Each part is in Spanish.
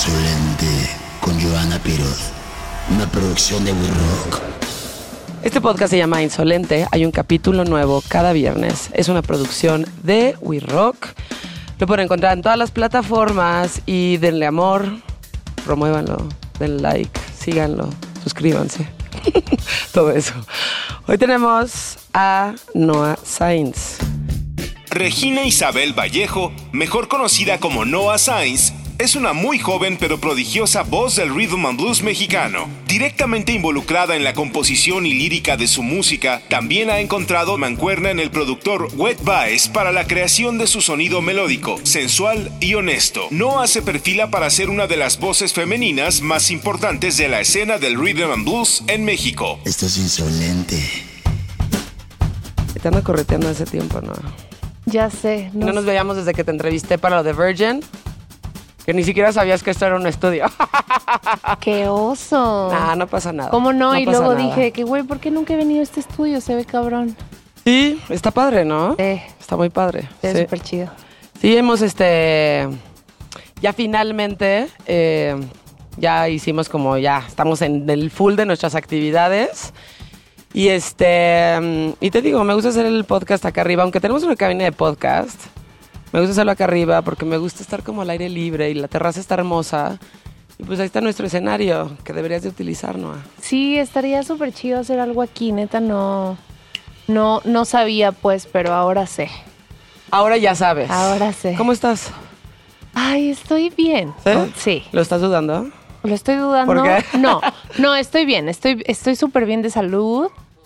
Insolente con Johanna Piroz, una producción de We Rock. Este podcast se llama Insolente. Hay un capítulo nuevo cada viernes. Es una producción de We Rock. Lo pueden encontrar en todas las plataformas y denle amor, promuévanlo, denle like, síganlo, suscríbanse. Todo eso. Hoy tenemos a Noah Sainz. Regina Isabel Vallejo, mejor conocida como Noah Sainz, es una muy joven pero prodigiosa voz del rhythm and blues mexicano. Directamente involucrada en la composición y lírica de su música, también ha encontrado mancuerna en el productor Wet Baez para la creación de su sonido melódico, sensual y honesto. Noah se perfila para ser una de las voces femeninas más importantes de la escena del rhythm and blues en México. Esto es Insolente. Te ando correteando hace tiempo, ¿no? Ya sé. No nos veíamos desde que te entrevisté para lo de Virgin, que ni siquiera sabías que esto era un estudio. ¡Qué oso! Nah, no pasa nada. ¿Cómo no? Y luego nada. dije que, güey, ¿por qué nunca he venido a este estudio? Se ve cabrón. Sí, está padre, ¿no? Sí. Está muy padre. Es Sí. súper chido. Sí, hemos ya finalmente ya hicimos como ya estamos en el full de nuestras actividades. Y y te digo, me gusta hacer el podcast acá arriba, aunque tenemos una cabina de podcast. Me gusta hacerlo acá arriba porque me gusta estar como al aire libre y la terraza está hermosa. Y pues ahí está nuestro escenario que deberías de utilizar, Noah. Sí, estaría súper chido hacer algo aquí. Neta, no sabía, pues, pero ahora sé. Ahora ya sabes. Ahora sé. ¿Cómo estás? Ay, estoy bien. ¿Sí? Sí. ¿Lo estás dudando? Lo estoy dudando. ¿Por qué? No, estoy bien. Estoy súper bien de salud.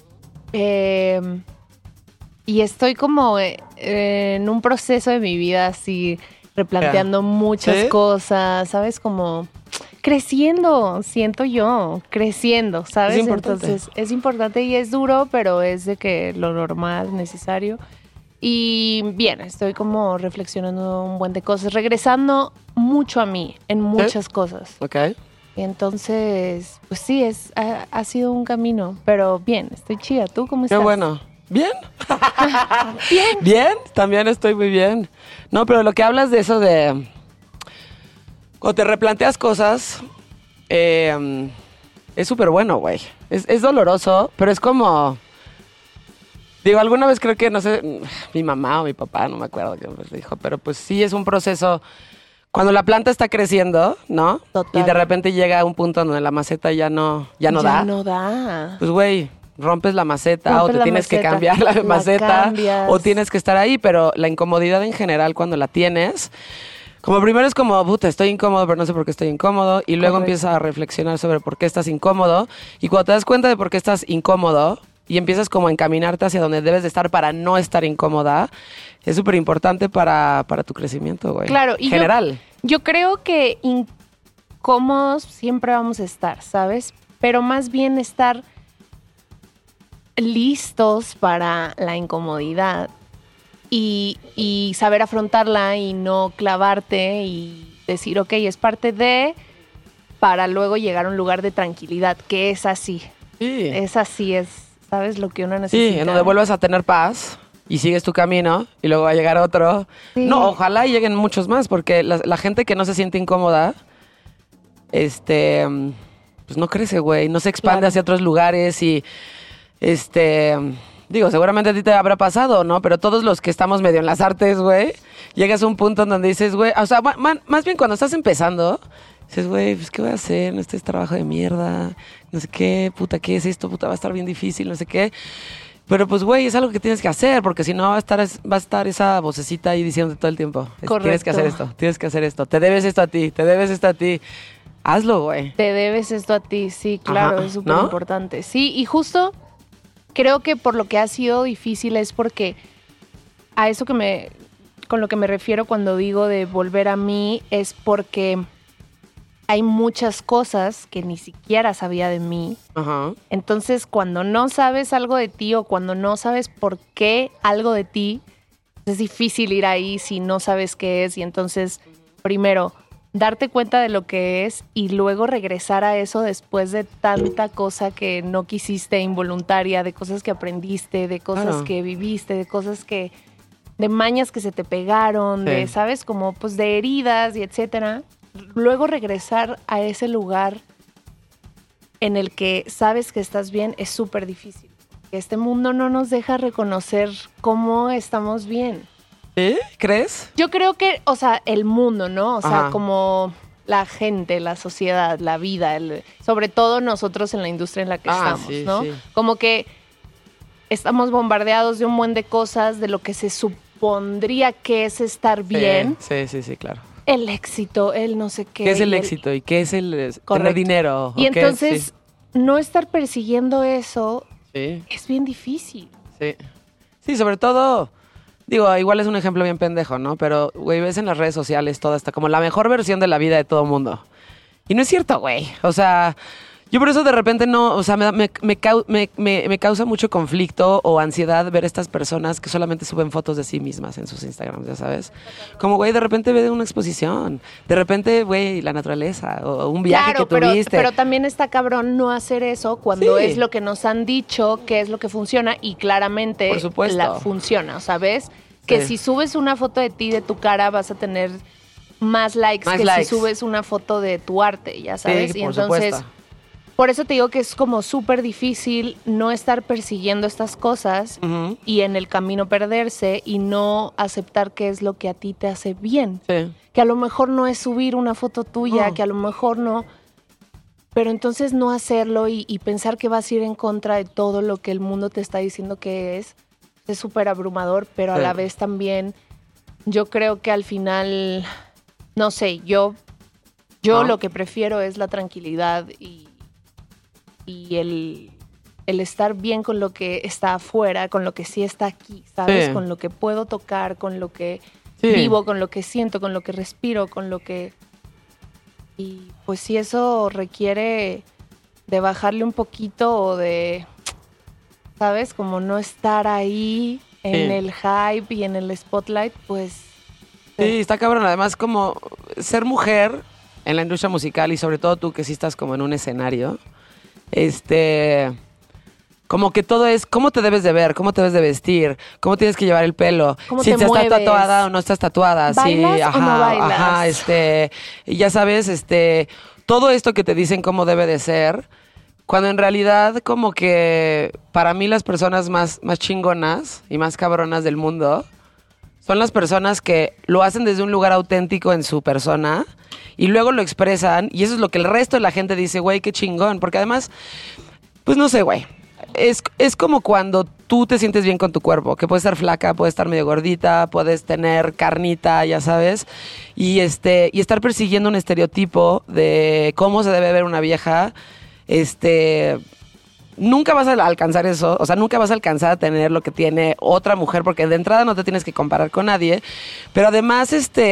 Y estoy como en un proceso de mi vida así, replanteando muchas ¿Sí? cosas, ¿sabes? Como creciendo, siento yo, creciendo, ¿sabes? Es importante. Entonces, es importante y es duro, pero es de que lo normal, necesario. Y bien, estoy como reflexionando un buen de cosas, regresando mucho a mí en muchas cosas. Ok. Y entonces, pues sí, ha sido un camino, pero bien, estoy chida. ¿Tú cómo estás? Qué bueno. ¿Bien? Bien. Bien, también estoy muy bien. No, pero lo que hablas de eso de... Cuando te replanteas cosas, es súper bueno, güey. Es doloroso, pero es como... Digo, alguna vez creo que, no sé, mi mamá o mi papá, no me acuerdo qué me dijo, pero pues sí es un proceso... Cuando la planta está creciendo, ¿no? Total. Y de repente llega a un punto donde la maceta ya no da. No da. Pues, güey, rompes la maceta Rompes o te la tienes que maceta, cambiar la la maceta cambias. o tienes que estar ahí, pero la incomodidad en general cuando la tienes, como primero es como, puta, estoy incómodo, pero no sé por qué estoy incómodo, y luego Correcto. empiezas a reflexionar sobre por qué estás incómodo, y cuando te das cuenta de por qué estás incómodo y empiezas como a encaminarte hacia donde debes de estar para no estar incómoda, es súper importante para tu crecimiento, güey. Claro, y general. Yo creo que incómodos siempre vamos a estar, ¿sabes? Pero más bien estar listos para la incomodidad y saber afrontarla y no clavarte y decir, ok, es parte de, para luego llegar a un lugar de tranquilidad, que es así. Sí. Es así, ¿sabes? Lo que uno Sí, necesita. en donde vuelvas a tener paz y sigues tu camino y luego va a llegar otro. Sí. No, ojalá y lleguen muchos más, porque la gente que no se siente incómoda, pues no crece, güey, no se expande Claro. hacia otros lugares y, digo, seguramente a ti te habrá pasado, ¿no? Pero todos los que estamos medio en las artes, güey, llegas a un punto en donde dices, güey, o sea, más bien cuando estás empezando, dices, güey, pues, ¿qué voy a hacer? Este es trabajo de mierda, no sé qué, puta, ¿qué es esto? Puta, va a estar bien difícil, no sé qué. Pero pues, güey, es algo que tienes que hacer, porque si no va a estar esa vocecita ahí diciéndote todo el tiempo. Tienes que hacer esto, tienes que hacer esto, te debes esto a ti, te debes esto a ti. Hazlo, güey. Te debes esto a ti, sí, claro, Ajá, es súper ¿no? importante. Sí, y justo creo que por lo que ha sido difícil es porque a eso con lo que me refiero cuando digo de volver a mí es porque hay muchas cosas que ni siquiera sabía de mí. Ajá. Entonces, cuando no sabes algo de ti o cuando no sabes por qué algo de ti, es difícil ir ahí si no sabes qué es. Y entonces, primero, darte cuenta de lo que es y luego regresar a eso después de tanta cosa que no quisiste involuntaria, de cosas que aprendiste, de cosas Claro. que viviste, de cosas que... de mañas que se te pegaron, Sí. de, ¿sabes? Como, pues, de heridas y etcétera. luego regresar a ese lugar en el que sabes que estás bien es súper difícil. Este mundo no nos deja reconocer cómo estamos bien. ¿Sí? ¿Crees? Yo creo que, o sea, el mundo, ¿no? O sea, Ajá. como la gente, la sociedad, la vida, sobre todo nosotros en la industria en la que estamos, sí, ¿no? sí. Como que estamos bombardeados de un buen de cosas, de lo que se supondría que es estar bien. Sí, claro. El éxito, el no sé qué. ¿Qué es el y éxito? ¿Y qué es el tener Correcto. dinero? Y ¿O qué? entonces, no estar persiguiendo eso Sí, es bien difícil. sí. Sí, sobre todo, digo, igual es un ejemplo bien pendejo, ¿no? Pero, güey, ves en las redes sociales toda esta, como la mejor versión de la vida de todo mundo. Y no es cierto, güey. O sea, yo por eso de repente no, o sea, me causa mucho conflicto o ansiedad ver estas personas que solamente suben fotos de sí mismas en sus Instagrams, ya sabes. Como, güey, de repente ve una exposición, de repente, güey, la naturaleza o un viaje Claro, que tuviste. pero también está cabrón no hacer eso cuando Sí. es lo que nos han dicho, que es lo que funciona y claramente Por supuesto. funciona, ¿sabes? Que Sí. si subes una foto de ti, de tu cara, vas a tener más likes Más que likes. si subes una foto de tu arte, ya sabes. Sí, y por entonces, supuesto. por eso te digo que es como súper difícil no estar persiguiendo estas cosas Ujú. y en el camino perderse y no aceptar qué es lo que a ti te hace bien. Sí. Que a lo mejor no es subir una foto tuya, No. que a lo mejor no. Pero entonces no hacerlo y pensar que vas a ir en contra de todo lo que el mundo te está diciendo que es súper abrumador, pero a Sí. la vez también yo creo que al final, no sé, yo ¿No? lo que prefiero es la tranquilidad y el estar bien con lo que está afuera, con lo que sí está aquí, ¿sabes? Sí. Con lo que puedo tocar, con lo que Sí. vivo, con lo que siento, con lo que respiro, con lo que... Y pues si eso requiere de bajarle un poquito o de, ¿sabes? Como no estar ahí en Sí. el hype y en el spotlight, pues... Sí, está cabrón. Además, como ser mujer en la industria musical y sobre todo tú que sí estás como en un escenario, como que todo es cómo te debes de ver, cómo te debes de vestir, cómo tienes que llevar el pelo, ¿Cómo si te estás mueves? tatuada o no estás tatuada, ¿Bailas sí, o ajá, no bailas? ajá, y ya sabes, todo esto que te dicen cómo debe de ser, cuando en realidad como que para mí las personas más chingonas y más cabronas del mundo son las personas que lo hacen desde un lugar auténtico en su persona y luego lo expresan y eso es lo que el resto de la gente dice, güey, qué chingón, porque además, pues no sé, güey, es como cuando tú te sientes bien con tu cuerpo, que puedes estar flaca, puedes estar medio gordita, puedes tener carnita, ya sabes, y estar persiguiendo un estereotipo de cómo se debe ver una vieja, nunca vas a alcanzar eso, o sea, nunca vas a alcanzar a tener lo que tiene otra mujer, porque de entrada no te tienes que comparar con nadie, pero además,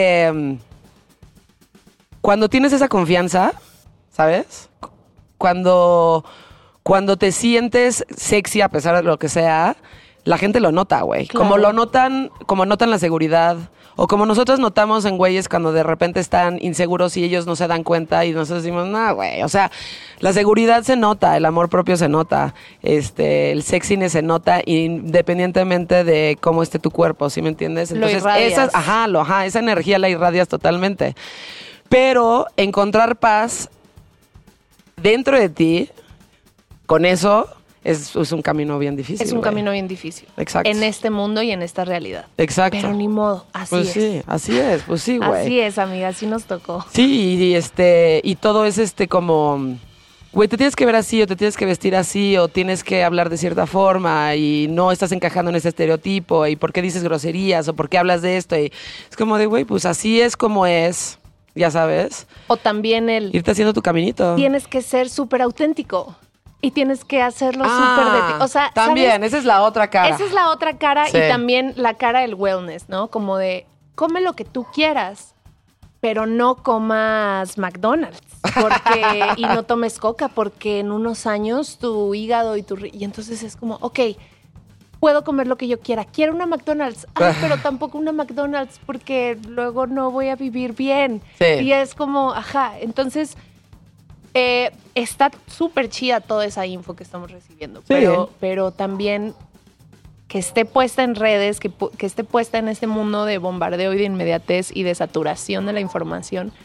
cuando tienes esa confianza, ¿sabes? Cuando te sientes sexy a pesar de lo que sea, la gente lo nota, güey. Claro. Como notan la seguridad. O como nosotros notamos en güeyes cuando de repente están inseguros y ellos no se dan cuenta y nosotros decimos, no, güey. O sea, la seguridad se nota, el amor propio se nota, el sexiness se nota independientemente de cómo esté tu cuerpo, ¿sí me entiendes? Lo Entonces, irradias. esa energía la irradias totalmente. Pero encontrar paz dentro de ti, con eso, es un camino bien difícil. Es un güey. camino bien difícil. Exacto. En este mundo y en esta realidad. Exacto. Pero ni modo, así Pues es. sí, así es, pues sí, güey. Así es, amiga, así nos tocó. Sí, y todo es como, güey, te tienes que ver así, o te tienes que vestir así, o tienes que hablar de cierta forma, y no estás encajando en ese estereotipo, y por qué dices groserías, o por qué hablas de esto, y es como de, güey, pues así es como es, ya sabes, O también irte haciendo tu caminito. tienes que ser súper auténtico. Y tienes que hacerlo súper de ti. O sea, también, ¿sabes? esa es la otra cara. Esa es la otra cara Sí. y también la cara del wellness, ¿no? Como de, come lo que tú quieras, pero no comas McDonald's y no tomes coca, porque en unos años tu hígado y entonces es como, ok, puedo comer lo que yo quiera. Quiero una McDonald's, pero tampoco una McDonald's porque luego no voy a vivir bien. Sí. Y es como, ajá, entonces... está súper chida toda esa info que estamos recibiendo, Sí. pero también que esté puesta en redes, que esté puesta en este mundo de bombardeo y de inmediatez y de saturación de la información,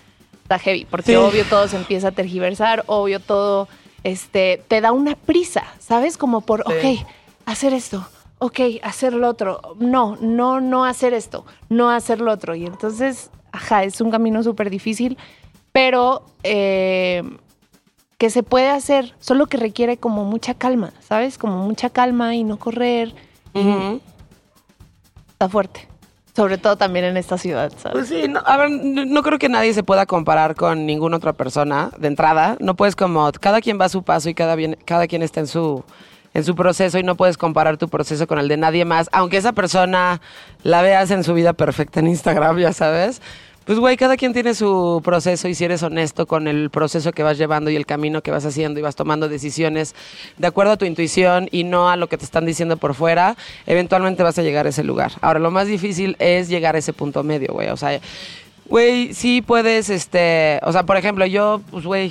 está heavy, porque Sí. obvio todo se empieza a tergiversar, obvio todo te da una prisa, ¿sabes? Como por, Sí. ok, hacer esto, ok, hacer lo otro, no hacer esto, no hacer lo otro. Y entonces, es un camino súper difícil, pero que se puede hacer, solo que requiere como mucha calma, ¿sabes? Como mucha calma y no correr. Ujú. Está fuerte. Sobre todo también en esta ciudad, ¿sabes? Pues sí, no, a ver, no creo que nadie se pueda comparar con ninguna otra persona de entrada. No puedes como, cada quien va a su paso y cada quien está en su proceso y no puedes comparar tu proceso con el de nadie más, aunque esa persona la veas en su vida perfecta en Instagram, ya sabes. Pues, güey, cada quien tiene su proceso y si eres honesto con el proceso que vas llevando y el camino que vas haciendo y vas tomando decisiones de acuerdo a tu intuición y no a lo que te están diciendo por fuera, eventualmente vas a llegar a ese lugar. Ahora, lo más difícil es llegar a ese punto medio, güey. O sea, güey, sí puedes, o sea, por ejemplo, yo, pues, güey,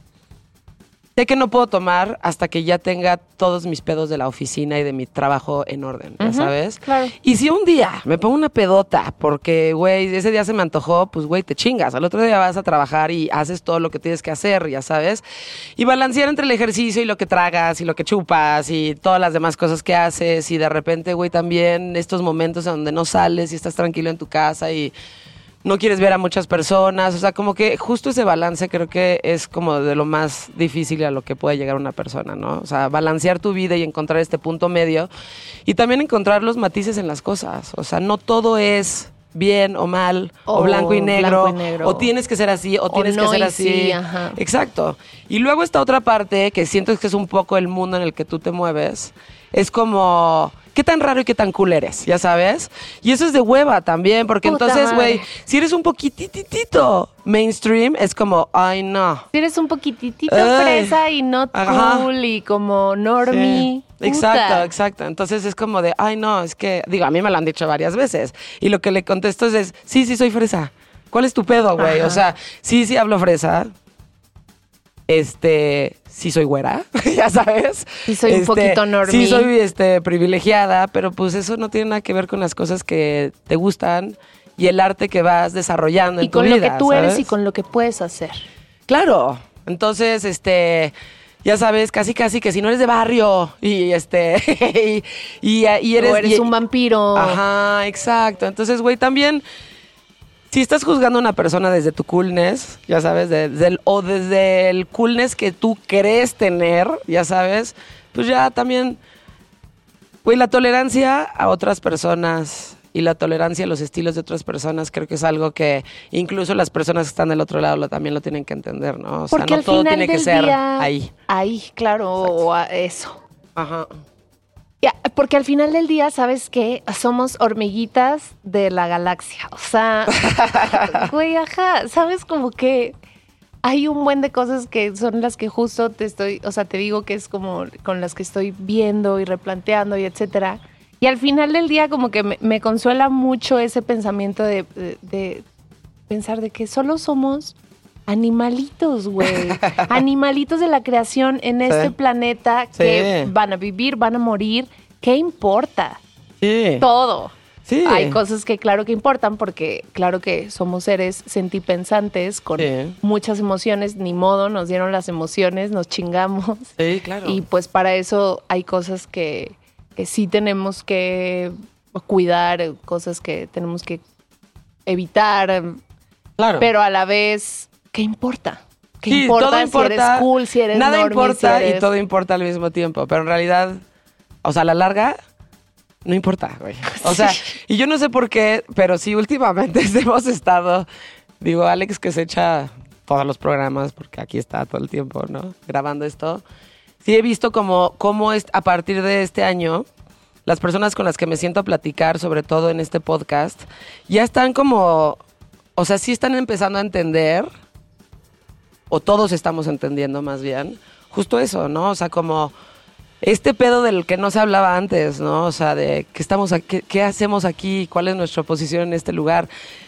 sé que no puedo tomar hasta que ya tenga todos mis pedos de la oficina y de mi trabajo en orden, ¿ya sabes? claro. Y si un día me pongo una pedota porque, güey, ese día se me antojó, pues, güey, te chingas. Al otro día vas a trabajar y haces todo lo que tienes que hacer, ya sabes. Y balancear entre el ejercicio y lo que tragas y lo que chupas y todas las demás cosas que haces. Y de repente, güey, también estos momentos en donde no sales y estás tranquilo en tu casa y no quieres ver a muchas personas, o sea, como que justo ese balance creo que es como de lo más difícil a lo que puede llegar una persona, ¿no? O sea, balancear tu vida y encontrar este punto medio y también encontrar los matices en las cosas, o sea, no todo es bien o mal, o blanco y negro, o tienes que ser así, o tienes no que ser y así. sí, ajá. Exacto. Y luego esta otra parte que siento que es un poco el mundo en el que tú te mueves, es como qué tan raro y qué tan cool eres, ya sabes. Y eso es de hueva también, porque Puta entonces, güey, madre. si eres un poquititito mainstream, es como, ay, no. Si eres un poquitito Ay. fresa y not Ajá. cool y como normie. Sí. Exacto, puta. exacto. Entonces es como de, ay, no, es que, digo, a mí me lo han dicho varias veces. Y lo que le contesto es, sí, soy fresa. ¿Cuál es tu pedo, güey? Ajá. O sea, sí hablo fresa. Sí soy güera, ya sabes. Sí soy un poquito normie. Sí soy privilegiada, pero pues eso no tiene nada que ver con las cosas que te gustan y el arte que vas desarrollando Y en tu con vida, lo que tú eres ¿sabes? y con lo que puedes hacer. Claro. Entonces, ya sabes, casi que si no eres de barrio y y eres O eres un vampiro. Ajá, exacto. Entonces, güey, también si estás juzgando a una persona desde tu coolness, ya sabes, desde el coolness que tú crees tener, ya sabes, pues ya también, güey, la tolerancia a otras personas y la tolerancia a los estilos de otras personas creo que es algo que incluso las personas que están del otro lado también lo tienen que entender, ¿no? O sea, Porque no al todo final tiene que del ser día, ahí. Ahí, claro, o eso. Ajá. Ya, porque al final del día, ¿sabes qué? Somos hormiguitas de la galaxia. O sea, güey, ¿sabes? Como que hay un buen de cosas que son las que justo te digo que es como con las que estoy viendo y replanteando y etcétera. Y al final del día como que me consuela mucho ese pensamiento de pensar de que solo somos animalitos, güey. Animalitos de la creación en este planeta que van a vivir, van a morir. ¿Qué importa? Sí. Todo. Sí. Hay cosas que claro que importan porque claro que somos seres sentipensantes con muchas emociones. Ni modo, nos dieron las emociones, nos chingamos. Sí, claro. Y pues para eso hay cosas que sí tenemos que cuidar, cosas que tenemos que evitar. Claro. Pero a la vez, ¿qué importa? ¿Qué Sí, importa todo si importa, eres cool, si eres nada normie, importa si eres... y todo importa al mismo tiempo, pero en realidad, o sea, a la larga no importa, güey. O sea, y yo no sé por qué, pero sí últimamente hemos estado, digo, Alex que se echa todos los programas porque aquí está todo el tiempo, ¿no? Grabando esto. Sí he visto cómo es a partir de este año las personas con las que me siento a platicar, sobre todo en este podcast, ya están como, o sea, sí están empezando a entender, o todos estamos entendiendo más bien, justo eso, ¿no? O sea, como este pedo del que no se hablaba antes, ¿no? O sea, de qué hacemos aquí, cuál es nuestra posición en este lugar.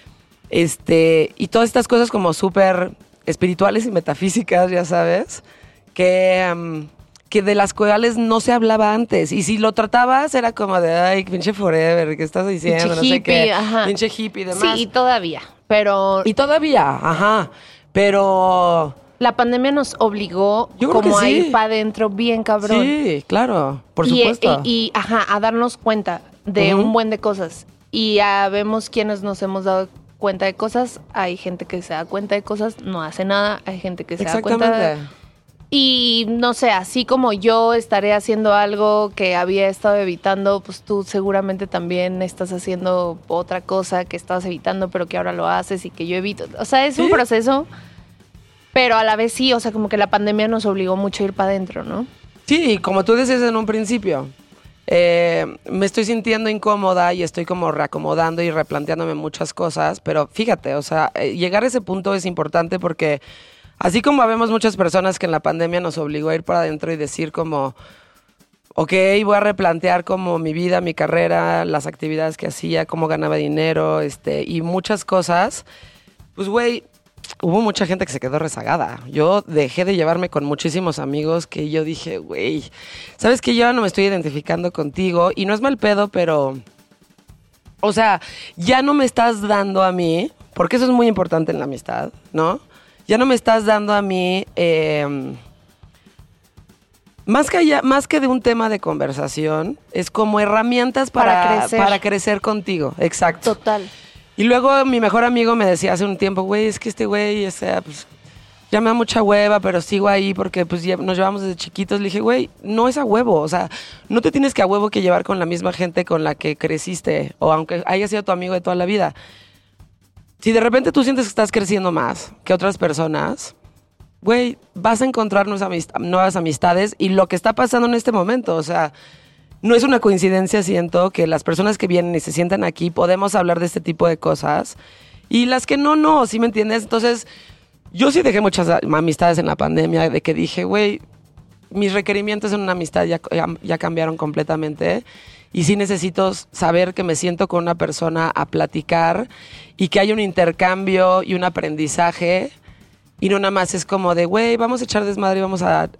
Y todas estas cosas como súper espirituales y metafísicas, ya sabes, que de las cuales no se hablaba antes. Y si lo tratabas, era como de, ay, pinche forever, ¿qué estás diciendo? Pinche no sé hippie, qué. ajá. Pinche hippie y demás. Sí, y todavía, pero... Y todavía, ajá. Pero La pandemia nos obligó Yo creo como que a sí. ir para adentro bien cabrón. sí, claro, por Y, supuesto. a darnos cuenta de Ujú. un buen de cosas. Y vemos quienes nos hemos dado cuenta de cosas. Hay gente que se da cuenta de cosas, no hace nada. Hay gente que se da cuenta Exactamente. Y no sé, así como yo estaré haciendo algo que había estado evitando, pues tú seguramente también estás haciendo otra cosa que estabas evitando, pero que ahora lo haces y que yo evito. O sea, es un Sí. proceso, pero a la vez sí, o sea, como que la pandemia nos obligó mucho a ir para adentro, ¿no? Sí, como tú decías en un principio, me estoy sintiendo incómoda y estoy como reacomodando y replanteándome muchas cosas, pero fíjate, o sea, llegar a ese punto es importante porque así como vemos muchas personas que en la pandemia nos obligó a ir para adentro y decir como, ok, voy a replantear como mi vida, mi carrera, las actividades que hacía, cómo ganaba dinero, y muchas cosas, pues güey, hubo mucha gente que se quedó rezagada. Yo dejé de llevarme con muchísimos amigos que yo dije, güey, ¿sabes qué? Yo ya no me estoy identificando contigo y no es mal pedo, pero, o sea, ya no me estás dando a mí, porque eso es muy importante en la amistad, ¿no? Ya no me estás dando a mí, más que de un tema de conversación, es como herramientas Para para crecer. crecer contigo. Exacto. Total. Y luego mi mejor amigo me decía hace un tiempo, güey, es que este güey, o sea, pues ya me da mucha hueva, pero sigo ahí porque pues ya nos llevamos desde chiquitos. Le dije, güey, no es a huevo, o sea, no te tienes que a huevo que llevar con la misma gente con la que creciste o aunque haya sido tu amigo de toda la vida. Si de repente tú sientes que estás creciendo más que otras personas, güey, vas a encontrar nuevas amistades y lo que está pasando en este momento, o sea, no es una coincidencia, siento, que las personas que vienen y se sientan aquí podemos hablar de este tipo de cosas y las que no, ¿sí me entiendes? Entonces, yo sí dejé muchas amistades en la pandemia de que dije, güey, mis requerimientos en una amistad ya cambiaron completamente y sí necesito saber que me siento con una persona a platicar y que hay un intercambio y un aprendizaje y no nada más es como de, güey, vamos a echar desmadre y vamos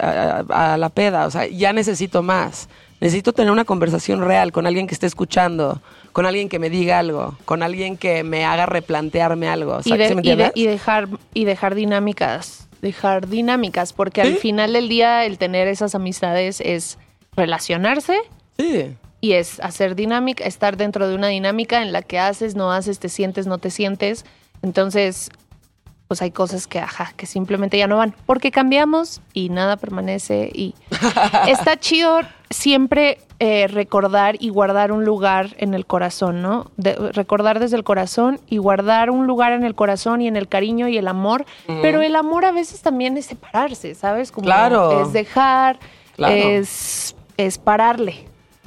a la peda. O sea, ya necesito más. Necesito tener una conversación real con alguien que esté escuchando, con alguien que me diga algo, con alguien que me haga replantearme algo. Y, de- ¿Sí me y de- entiendes? y dejar dinámicas. Dejar dinámicas, porque al ¿Sí? final del día el tener esas amistades es relacionarse Sí. y es hacer dinámica, estar dentro de una dinámica en la que haces, no haces, te sientes, no te sientes. Entonces, pues hay cosas que simplemente ya no van, porque cambiamos y nada permanece y está chido siempre recordar y guardar un lugar en el corazón, ¿no? Recordar desde el corazón y guardar un lugar en el corazón y en el cariño y el amor, pero el amor a veces también es separarse, ¿sabes? Como Claro. es dejar, Claro. es pararle.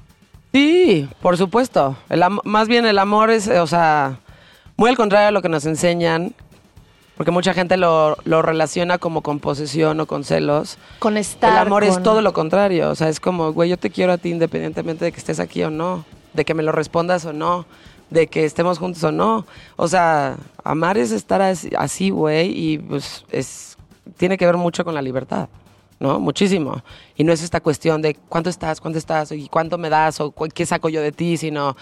Sí, por supuesto. Más bien el amor es, o sea, muy al contrario de lo que nos enseñan, porque mucha gente lo relaciona como con posesión o con celos. Con estar. El amor es con- todo lo contrario, o sea, es como, güey, yo te quiero a ti independientemente de que estés aquí o no, de que me lo respondas o no, de que estemos juntos o no. O sea, amar es estar así, güey, y pues tiene que ver mucho con la libertad, ¿no? Muchísimo. Y no es esta cuestión de cuánto estás, y cuánto me das, o qué saco yo de ti, sino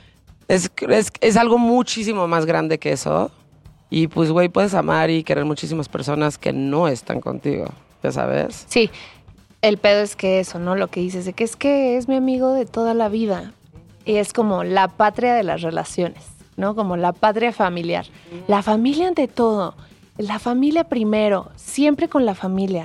es algo muchísimo más grande que eso. Y pues, güey, puedes amar y querer muchísimas personas que no están contigo, ya sabes. Sí, el pedo es que eso, ¿no? Lo que dices, de que es mi amigo de toda la vida. Y es como la patria de las relaciones, ¿no? Como la patria familiar. La familia ante todo. La familia primero, siempre con la familia.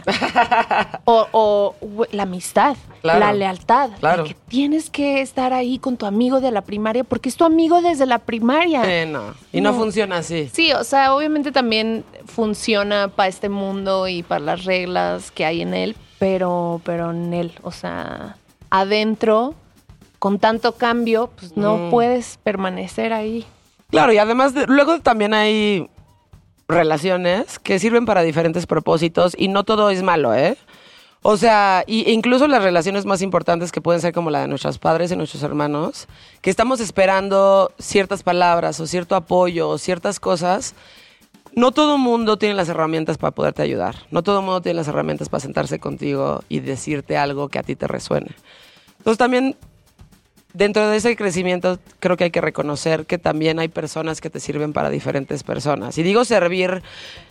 o la amistad, Claro, la lealtad. claro. De que tienes que estar ahí con tu amigo de la primaria porque es tu amigo desde la primaria. No. Y no No. funciona así. Sí, o sea, obviamente también funciona para este mundo y para las reglas que hay en él, pero en él, o sea, adentro, con tanto cambio, pues no puedes permanecer ahí. Claro, y además luego también hay relaciones que sirven para diferentes propósitos y no todo es malo, ¿eh? O sea, incluso las relaciones más importantes que pueden ser como la de nuestros padres y nuestros hermanos, que estamos esperando ciertas palabras o cierto apoyo o ciertas cosas, no todo mundo tiene las herramientas para poderte ayudar. No todo mundo tiene las herramientas para sentarse contigo y decirte algo que a ti te resuene. Entonces también, dentro de ese crecimiento, creo que hay que reconocer que también hay personas que te sirven para diferentes personas. Y digo servir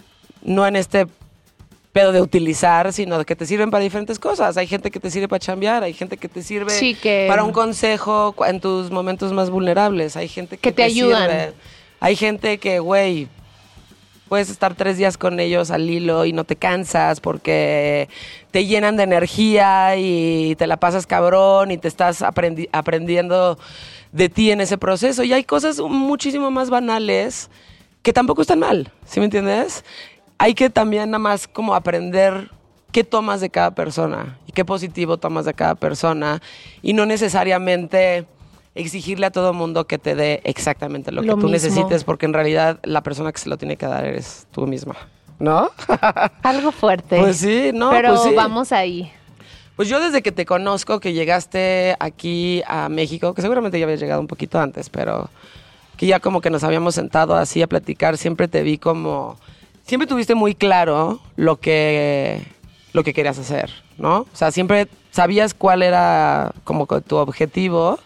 no en este pedo de utilizar, sino de que te sirven para diferentes cosas. Hay gente que te sirve para chambear, hay gente que te sirve para un consejo en tus momentos más vulnerables, hay gente que te ayudan. sirve. Hay gente que, güey, puedes estar 3 días con ellos al hilo y no te cansas porque te llenan de energía y te la pasas cabrón y te estás aprendiendo de ti en ese proceso. Y hay cosas muchísimo más banales que tampoco están mal, ¿sí me entiendes? Hay que también nada más como aprender qué tomas de cada persona y qué positivo tomas de cada persona y no necesariamente exigirle a todo mundo que te dé exactamente lo que tú necesites, porque en realidad la persona que se lo tiene que dar eres tú misma, ¿no? Algo fuerte. Pues sí, no, pero pues sí. Vamos ahí. Pues yo desde que te conozco, que llegaste aquí a México, que seguramente ya habías llegado un poquito antes, pero que ya como que nos habíamos sentado así a platicar, siempre te vi como... Siempre tuviste muy claro lo que querías hacer, ¿no? O sea, siempre sabías cuál era como tu objetivo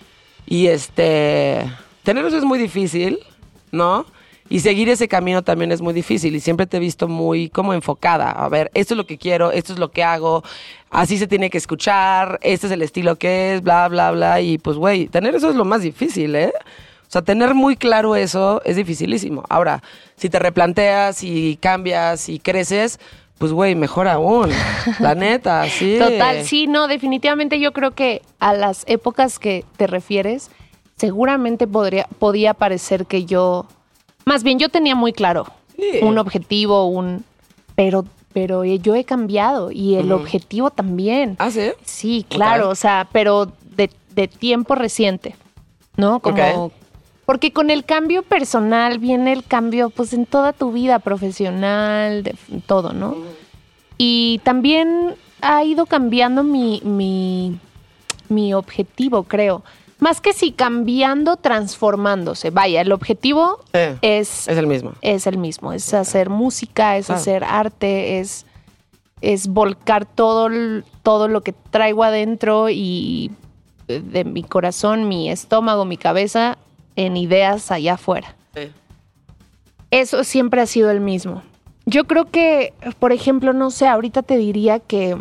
y tener eso es muy difícil, ¿no? Y seguir ese camino también es muy difícil y siempre te he visto muy como enfocada. A ver, esto es lo que quiero, esto es lo que hago, así se tiene que escuchar, este es el estilo que es, bla, bla, bla. Y pues, güey, tener eso es lo más difícil, ¿eh? O sea, tener muy claro eso es dificilísimo. Ahora, si te replanteas y cambias y creces, pues, güey, mejor aún. La neta, sí. Total, sí, no, definitivamente yo creo que a las épocas que te refieres, seguramente podía parecer que yo... Más bien, yo tenía muy claro un objetivo, pero yo he cambiado y el objetivo también. ¿Ah, sí? Sí, claro, okay. O sea, pero de tiempo reciente, ¿no? Como... Okay. Porque con el cambio personal viene el cambio, pues, en toda tu vida profesional, de todo, ¿no? Y también ha ido cambiando mi objetivo, creo. Más que si cambiando, transformándose. Vaya, el objetivo es el mismo. Es el mismo. Es hacer música, es hacer arte, es volcar todo lo que traigo adentro y de mi corazón, mi estómago, mi cabeza, en ideas allá afuera. Sí. Eso siempre ha sido el mismo. Yo creo que, por ejemplo, no sé, ahorita te diría que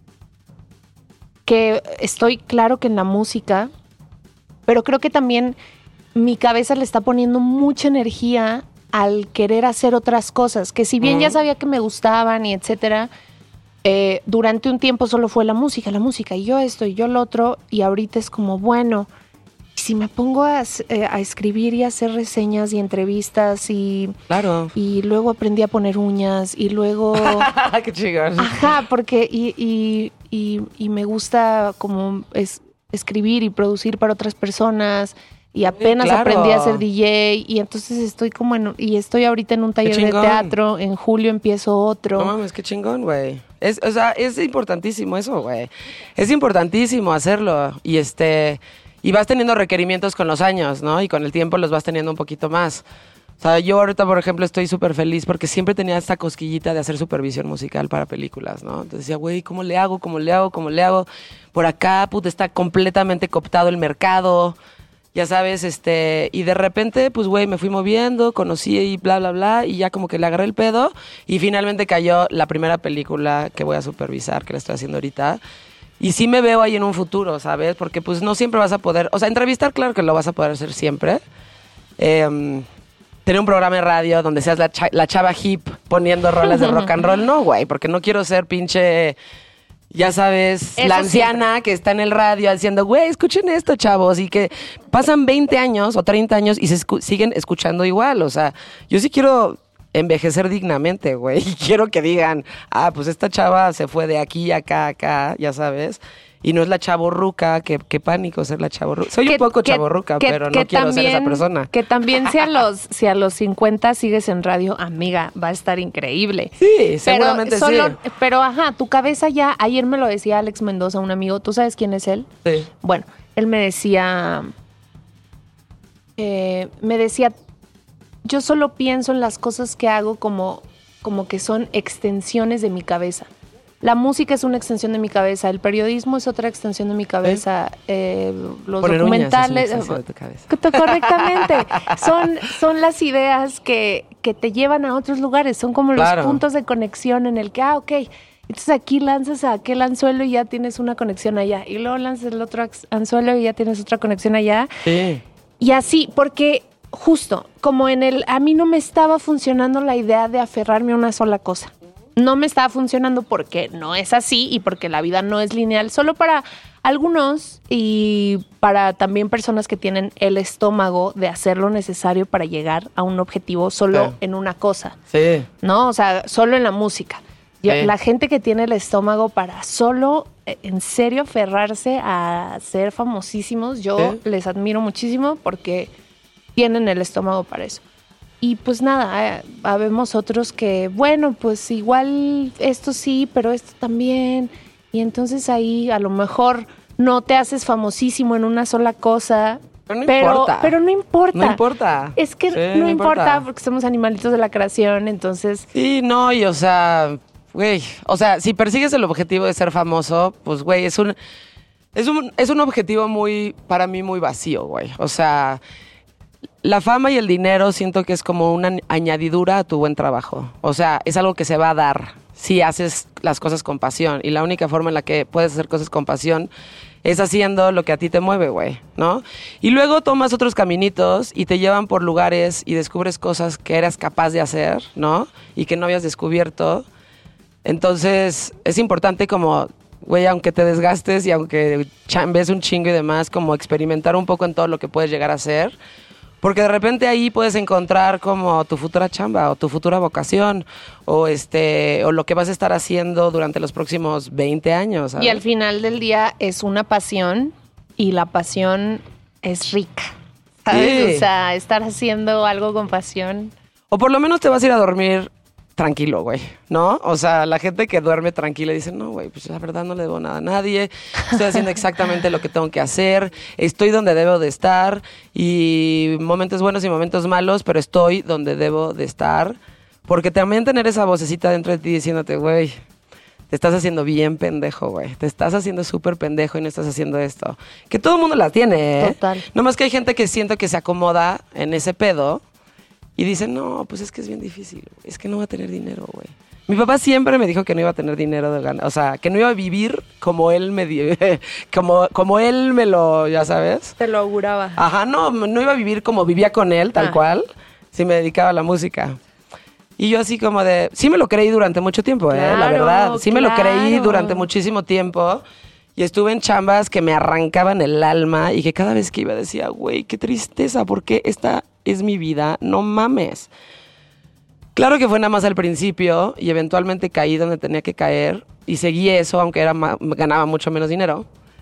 estoy claro que en la música, pero creo que también mi cabeza le está poniendo mucha energía al querer hacer otras cosas, que si bien ya sabía que me gustaban y etcétera, durante un tiempo solo fue la música, y yo esto y yo lo otro, y ahorita es como, bueno, si me pongo a escribir y a hacer reseñas y entrevistas y... Claro. Y luego aprendí a poner uñas y luego... ¡Qué chingón! Ajá, porque y me gusta como escribir y producir para otras personas y apenas aprendí a ser DJ y entonces estoy como estoy ahorita en un taller de teatro, en julio empiezo otro. No mames, qué chingón, güey. O sea, es importantísimo eso, güey. Es importantísimo hacerlo y vas teniendo requerimientos con los años, ¿no? Y con el tiempo los vas teniendo un poquito más. O sea, yo ahorita, por ejemplo, estoy súper feliz porque siempre tenía esta cosquillita de hacer supervisión musical para películas, ¿no? Entonces decía, güey, ¿cómo le hago? Por acá, puta, está completamente cooptado el mercado, ya sabes, y de repente, pues, güey, me fui moviendo, conocí y bla, bla, bla, y ya como que le agarré el pedo y finalmente cayó la primera película que voy a supervisar, que la estoy haciendo ahorita. Y sí me veo ahí en un futuro, ¿sabes? Porque pues no siempre vas a poder... O sea, entrevistar, claro que lo vas a poder hacer siempre. Tener un programa de radio donde seas la chava hip poniendo rolas de rock and roll. No, güey, porque no quiero ser pinche... Ya sabes, eso la anciana siempre que está en el radio diciendo, güey, escuchen esto, chavos. Y que pasan 20 años o 30 años y siguen escuchando igual. O sea, yo sí quiero... envejecer dignamente, güey. Y quiero que digan, pues esta chava se fue de aquí a acá, ya sabes. Y no es la chavorruca, qué pánico ser la chavorruca. Soy un poco chavorruca, pero no quiero ser esa persona. Que también si a los 50 sigues en radio, amiga, va a estar increíble. Sí, seguramente sí. Pero ajá, tu cabeza ya, ayer me lo decía Alex Mendoza, un amigo, ¿tú sabes quién es él? Sí. Bueno, él me decía, yo solo pienso en las cosas que hago como que son extensiones de mi cabeza. La música es una extensión de mi cabeza, el periodismo es otra extensión de mi cabeza, los documentales... Uñas es una extensión de tu cabeza. Correctamente. Son las ideas que que te llevan a otros lugares. Son como los puntos de conexión en el que, ok, entonces aquí lanzas a aquel anzuelo y ya tienes una conexión allá. Y luego lanzas el otro anzuelo y ya tienes otra conexión allá. Sí. Y así, porque justo, como a mí no me estaba funcionando la idea de aferrarme a una sola cosa. No me estaba funcionando porque no es así y porque la vida no es lineal. Solo para algunos y para también personas que tienen el estómago de hacer lo necesario para llegar a un objetivo solo en una cosa. Sí. ¿No? O sea, solo en la música. La gente que tiene el estómago para solo, en serio, aferrarse a ser famosísimos, yo les admiro muchísimo porque tienen el estómago para eso. Y pues nada, habemos otros que, bueno, pues igual esto sí, pero esto también. Y entonces ahí a lo mejor no te haces famosísimo en una sola cosa. Pero no importa. Pero no importa. No importa. Es que Sí, no importa porque somos animalitos de la creación, entonces... Sí, no, y o sea, güey, o sea, si persigues el objetivo de ser famoso, pues güey, es un objetivo para mí muy vacío, güey. O sea, la fama y el dinero siento que es como una añadidura a tu buen trabajo. O sea, es algo que se va a dar si haces las cosas con pasión. Y la única forma en la que puedes hacer cosas con pasión es haciendo lo que a ti te mueve, güey, ¿no? Y luego tomas otros caminitos y te llevan por lugares y descubres cosas que eras capaz de hacer, ¿no? Y que no habías descubierto. Entonces, es importante como, güey, aunque te desgastes y aunque chambes un chingo y demás, como experimentar un poco en todo lo que puedes llegar a hacer. Porque de repente ahí puedes encontrar como tu futura chamba o tu futura vocación o lo que vas a estar haciendo durante los próximos 20 años, ¿sabes? Y al final del día es una pasión y la pasión es rica, ¿sabes? Sí. O sea, estar haciendo algo con pasión. O por lo menos te vas a ir a dormir tranquilo, güey, ¿no? O sea, la gente que duerme tranquila dice, no, güey, pues la verdad no le debo nada a nadie, estoy haciendo exactamente lo que tengo que hacer, estoy donde debo de estar y momentos buenos y momentos malos, pero estoy donde debo de estar, porque también tener esa vocecita dentro de ti diciéndote, güey, te estás haciendo bien pendejo, güey, te estás haciendo súper pendejo y no estás haciendo esto. Que todo el mundo la tiene, ¿eh? Total. Nomás que hay gente que siento que se acomoda en ese pedo y dicen, no, pues es que es bien difícil, es que no va a tener dinero, güey. Mi papá siempre me dijo que no iba a tener dinero de ganar, o sea, que no iba a vivir como él me como él me lo, ya sabes. Te lo auguraba. Ajá, no iba a vivir como vivía con él, tal cual, si me dedicaba a la música. Y yo así como de, sí me lo creí durante mucho tiempo, la Claro, verdad. Sí me lo creí claro. durante muchísimo tiempo. Y estuve en chambas que me arrancaban el alma y que cada vez que iba decía, güey, qué tristeza, porque esta es mi vida, no mames. Claro que fue nada más al principio y eventualmente caí donde tenía que caer y seguí eso, aunque ganaba mucho menos dinero.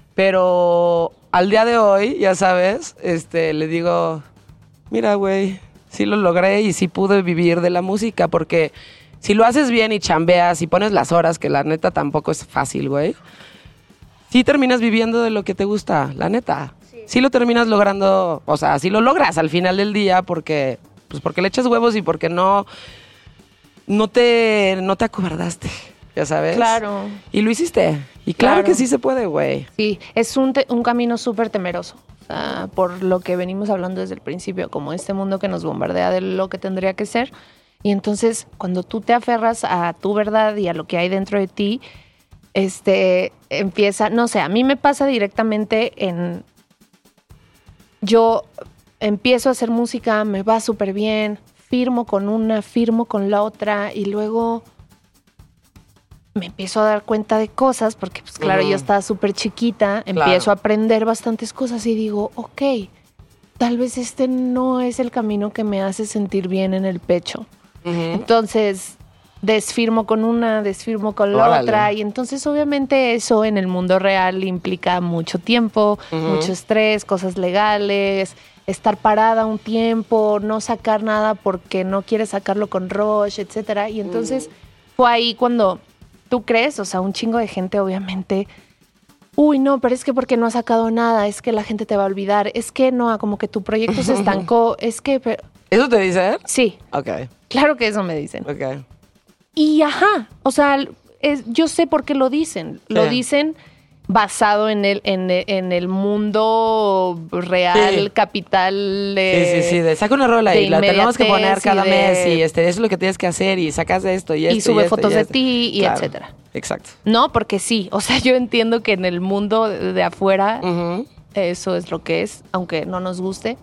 Pero al día de hoy, ya sabes, le digo, mira, güey, sí lo logré y sí pude vivir de la música, porque si lo haces bien y chambeas y pones las horas, que la neta tampoco es fácil, güey, sí terminas viviendo de lo que te gusta, la neta. Sí lo terminas logrando, o sea, sí lo logras al final del día porque le echas huevos y porque no te acobardaste, ya sabes. Claro. Y lo hiciste. Y claro que sí se puede, güey. Sí, es un camino súper temeroso. O sea, por lo que venimos hablando desde el principio, como este mundo que nos bombardea de lo que tendría que ser. Y entonces, cuando tú te aferras a tu verdad y a lo que hay dentro de ti, empieza, no sé, a mí me pasa directamente yo empiezo a hacer música, me va súper bien, firmo con una, firmo con la otra y luego me empiezo a dar cuenta de cosas porque, pues claro, yo estaba súper chiquita, empiezo a aprender bastantes cosas y digo, ok, tal vez este no es el camino que me hace sentir bien en el pecho. Entonces, desfirmo con una, desfirmo con la otra y entonces obviamente eso en el mundo real implica mucho tiempo, mucho estrés, cosas legales, estar parada un tiempo, no sacar nada porque no quieres sacarlo con rush, etcétera. Y entonces fue ahí cuando tú crees, o sea, un chingo de gente obviamente, uy, no, pero es que porque no has sacado nada, es que la gente te va a olvidar, es que no, como que tu proyecto se estancó, es que... ¿Eso te dicen? Sí. Ok. Claro que eso me dicen. Ok. Y ajá, o sea, yo sé por qué lo dicen. Lo dicen basado en el mundo real, Sí. capital. Sí. Saca una rola de y la tenemos que poner inmediatez cada y mes de- y eso es lo que tienes que hacer y sacas esto y esto. y sube esto, fotos de esto. ti y Claro, etcétera. Exacto. No, porque sí, o sea, yo entiendo que en el mundo de afuera Ujú. eso es lo que es, aunque no nos guste.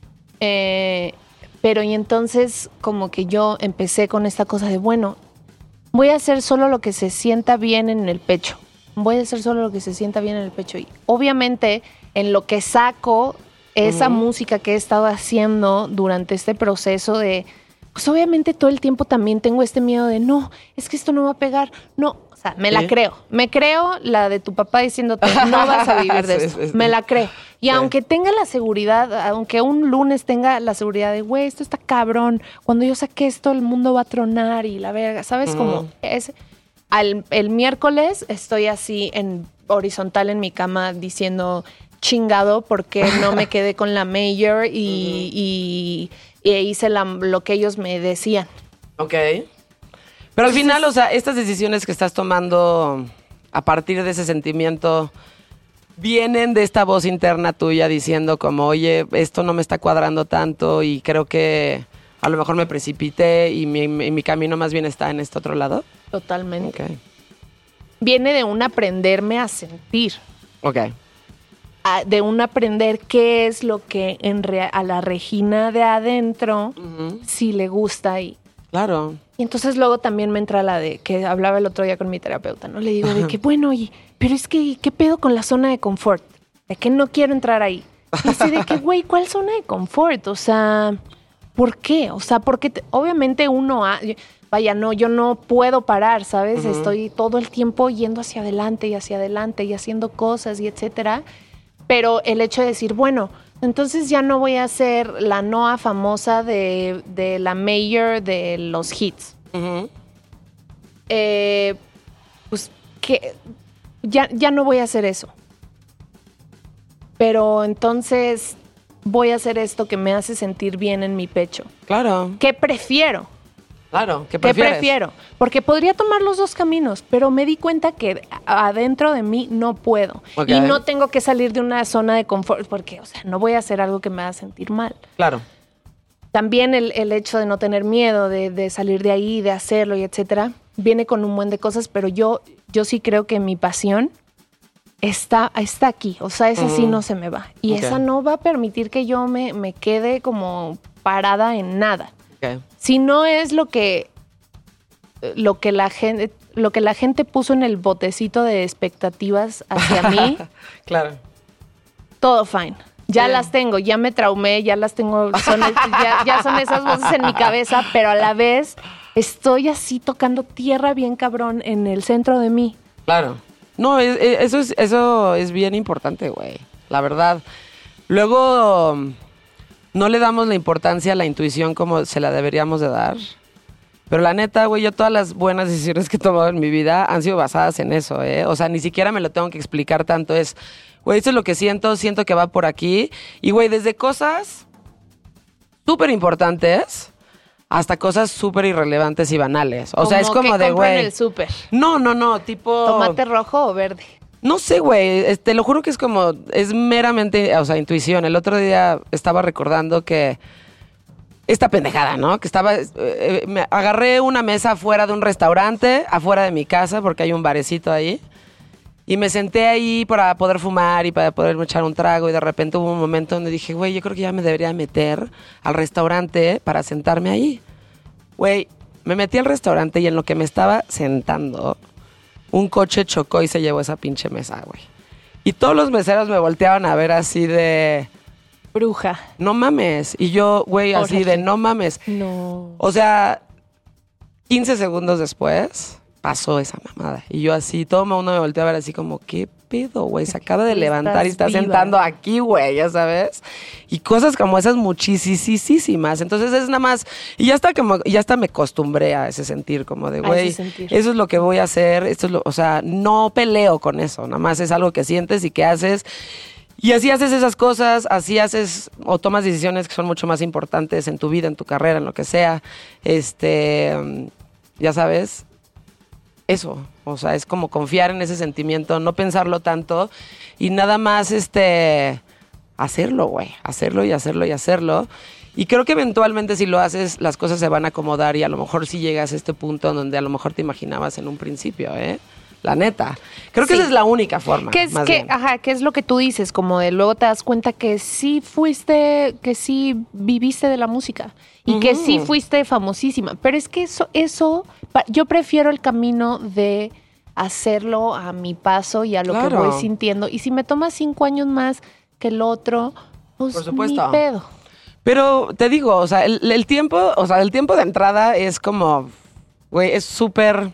Pero y entonces como que yo empecé con esta cosa de, bueno, voy a hacer solo lo que se sienta bien en el pecho. Voy a hacer solo lo que se sienta bien en el pecho. Y obviamente en lo que saco esa música que he estado haciendo durante este proceso de, pues obviamente todo el tiempo también tengo este miedo de, no, es que esto no va a pegar. No, o sea, me la Sí. creo. Me creo la de tu papá diciéndote, no vas a vivir de Sí, esto. sí, sí. Me la creo. Y Sí. aunque tenga la seguridad, aunque un lunes tenga la seguridad de, güey, esto está cabrón, cuando yo saque esto el mundo va a tronar y la verga, ¿sabes? Como es... El miércoles estoy así en horizontal en mi cama diciendo chingado porque no me quedé con la mayor y hice lo que ellos me decían. Ok. Pero al final, o sea, estas decisiones que estás tomando a partir de ese sentimiento vienen de esta voz interna tuya diciendo como, oye, esto no me está cuadrando tanto y creo que a lo mejor me precipité y mi camino más bien está en este otro lado. Totalmente. Ok. Viene de un aprenderme a sentir. Ok. De un aprender qué es lo que a la Regina de adentro sí le gusta y Claro. entonces luego también me entra la de que hablaba el otro día con mi terapeuta, ¿no? Le digo de que bueno, oye, pero es que ¿qué pedo con la zona de confort? De que no quiero entrar ahí. Y así de que, güey, ¿cuál zona de confort? O sea, ¿por qué? O sea, porque obviamente vaya, no, yo no puedo parar, ¿sabes? Estoy todo el tiempo yendo hacia adelante y haciendo cosas y etcétera. Pero el hecho de decir, bueno, entonces ya no voy a ser la Noa famosa de la mayor de los hits. Ujú. Pues que ya no voy a hacer eso. Pero entonces voy a hacer esto que me hace sentir bien en mi pecho. Claro. ¿Qué prefiero? Claro. ¿Qué ¿Qué prefieres? prefiero? Porque podría tomar los dos caminos, pero me di cuenta que adentro de mí no puedo. Ok. Y no tengo que salir de una zona de confort, porque, o sea, no voy a hacer algo que me haga sentir mal. Claro. También el hecho de no tener miedo, de salir de ahí, de hacerlo y etcétera, viene con un buen de cosas, pero yo sí creo que mi pasión está aquí. O sea, esa sí no se me va. Y Ok. esa no va a permitir que yo me quede como parada en nada. Ok. Si no es lo que la gente puso en el botecito de expectativas hacia mí, Claro. todo fine. Ya Sí. las tengo, ya me traumé, ya las tengo, ya son esas voces en mi cabeza, pero a la vez estoy así tocando tierra bien cabrón en el centro de mí. Claro. No, eso es bien importante, güey. La verdad. Luego, no le damos la importancia a la intuición como se la deberíamos de dar. Pero la neta, güey, yo todas las buenas decisiones que he tomado en mi vida han sido basadas en eso, ¿eh? O sea, ni siquiera me lo tengo que explicar tanto. Es, güey, esto es lo que siento que va por aquí. Y, güey, desde cosas súper importantes hasta cosas súper irrelevantes y banales. O sea, es como que de, compro en güey. el súper. No, tipo... ¿Tomate rojo o verde? No sé, güey, te lo juro que es como, es meramente, o sea, intuición. El otro día estaba recordando que esta pendejada, ¿no? Que me agarré una mesa afuera de un restaurante, afuera de mi casa, porque hay un barecito ahí. Y me senté ahí para poder fumar y para poder echar un trago. Y de repente hubo un momento donde dije, güey, yo creo que ya me debería meter al restaurante para sentarme ahí. Güey, me metí al restaurante y en lo que me estaba sentando, un coche chocó y se llevó esa pinche mesa, güey. Y todos los meseros me volteaban a ver así de, Bruja. no mames. Y yo, güey, así Órale. de, no mames. No. O sea, 15 segundos después pasó esa mamada. Y yo así, todo el mundo me volteó a ver así como, ¿qué pedo, güey? Se acaba de levantar y está viva. sentando aquí, güey, ya sabes. Y cosas como esas muchísimas. Entonces es nada más, y ya hasta me acostumbré a ese sentir, como de, A güey, ese sentir. eso es lo que voy a hacer, o sea, no peleo con eso, nada más es algo que sientes y que haces. Y así haces esas cosas, así haces o tomas decisiones que son mucho más importantes en tu vida, en tu carrera, en lo que sea. Ya sabes, eso. O sea, es como confiar en ese sentimiento, no pensarlo tanto y nada más hacerlo, güey. Hacerlo y hacerlo y hacerlo. Y creo que eventualmente si lo haces, las cosas se van a acomodar y a lo mejor sí llegas a este punto en donde a lo mejor te imaginabas en un principio, ¿eh? La neta. Creo que esa es la única forma. ¿Qué es lo que tú dices? Como de luego te das cuenta que sí viviste de la música y que sí fuiste famosísima. Pero es que yo prefiero el camino de hacerlo a mi paso y a lo que voy sintiendo. Y si me toma 5 años más que el otro, pues por supuesto. ni pedo. Pero te digo, o sea, el tiempo de entrada es como, güey, es súper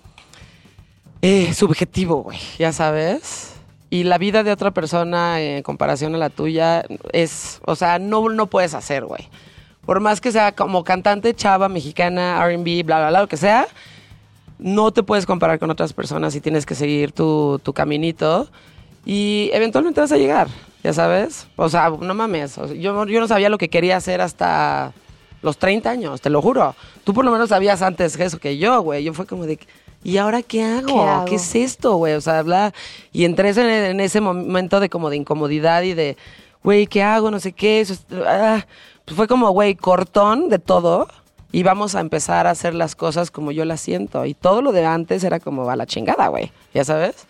subjetivo, güey, ya sabes. Y la vida de otra persona en comparación a la tuya es, o sea, no puedes hacer, güey. Por más que sea como cantante, chava, mexicana, R&B, bla, bla, bla, lo que sea, no te puedes comparar con otras personas y tienes que seguir tu caminito y eventualmente vas a llegar, ya sabes. O sea, no mames, o sea, yo no sabía lo que quería hacer hasta los 30 años, te lo juro. Tú por lo menos sabías antes eso que yo, güey. Yo fue como de... ¿Y ahora qué hago? ¿Qué es esto, güey? O sea, bla. Y entré en ese momento de como de incomodidad y de, güey, ¿qué hago? No sé qué. Pues fue como, güey, cortón de todo y vamos a empezar a hacer las cosas como yo las siento. Y todo lo de antes era como a la chingada, güey. ¿Ya sabes?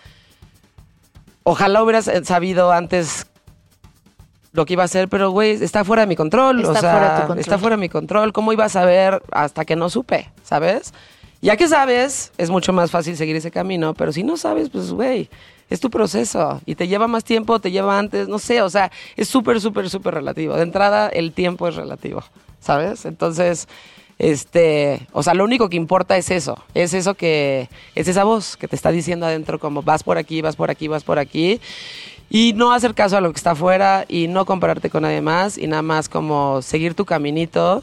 Ojalá hubieras sabido antes lo que iba a hacer, pero, güey, está fuera de mi control. Está fuera de mi control. ¿Cómo iba a saber hasta que no supe? ¿Sabes? Ya que sabes, es mucho más fácil seguir ese camino, pero si no sabes, pues, güey, es tu proceso y te lleva más tiempo, te lleva antes, no sé, o sea, es súper, súper, súper relativo. De entrada, el tiempo es relativo, ¿sabes? Entonces, o sea, lo único que importa es eso que, es esa voz que te está diciendo adentro como vas por aquí, vas por aquí, vas por aquí. Y no hacer caso a lo que está afuera y no compararte con nadie más y nada más como seguir tu caminito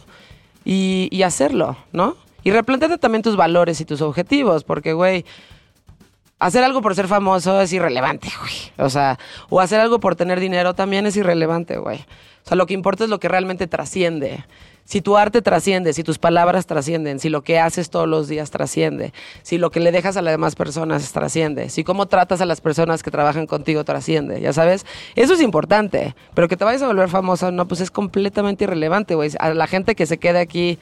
y hacerlo, ¿no? Y replanteate también tus valores y tus objetivos, porque, güey, hacer algo por ser famoso es irrelevante, güey. O sea, o hacer algo por tener dinero también es irrelevante, güey. O sea, lo que importa es lo que realmente trasciende. Si tu arte trasciende, si tus palabras trascienden, si lo que haces todos los días trasciende, si lo que le dejas a las demás personas trasciende, si cómo tratas a las personas que trabajan contigo trasciende, ya sabes, eso es importante. Pero que te vayas a volver famoso, no, pues es completamente irrelevante, güey. A la gente que se quede aquí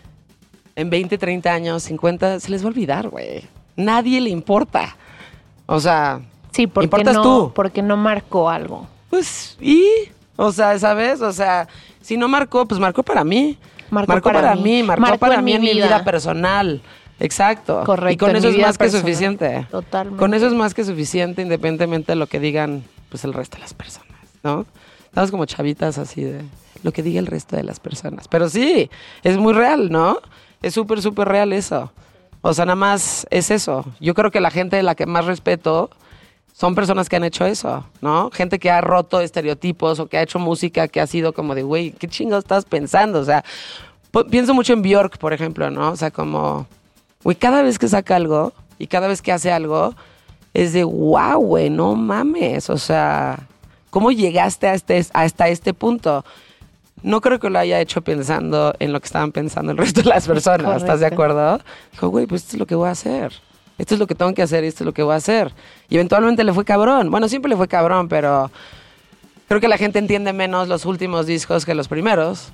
en 20, 30 años, 50, se les va a olvidar, güey. Nadie le importa. O sea, sí, porque importas tú. Porque no marcó algo. Pues, o sea, ¿sabes? O sea, si no marcó, pues marcó para mí. Marcó para mí en mi vida personal. Exacto. Correcto. Y con eso es más que suficiente. Totalmente. Con eso es más que suficiente, independientemente de lo que digan, pues, el resto de las personas, ¿no? Estamos como chavitas así de lo que diga el resto de las personas. Pero sí, es muy real, ¿no? Es súper, súper real eso. O sea, nada más es eso. Yo creo que la gente de la que más respeto son personas que han hecho eso, ¿no? Gente que ha roto estereotipos o que ha hecho música que ha sido como de, güey, ¿qué chingados estás pensando? O sea, pienso mucho en Björk, por ejemplo, ¿no? O sea, como, güey, cada vez que saca algo y cada vez que hace algo, es de, wow, güey, no mames. O sea, ¿cómo llegaste hasta este punto? No creo que lo haya hecho pensando en lo que estaban pensando el resto de las personas. Correcto. ¿Estás de acuerdo? Dijo, güey, pues esto es lo que voy a hacer. Esto es lo que tengo que hacer y esto es lo que voy a hacer. Y eventualmente le fue cabrón. Bueno, siempre le fue cabrón, pero creo que la gente entiende menos los últimos discos que los primeros.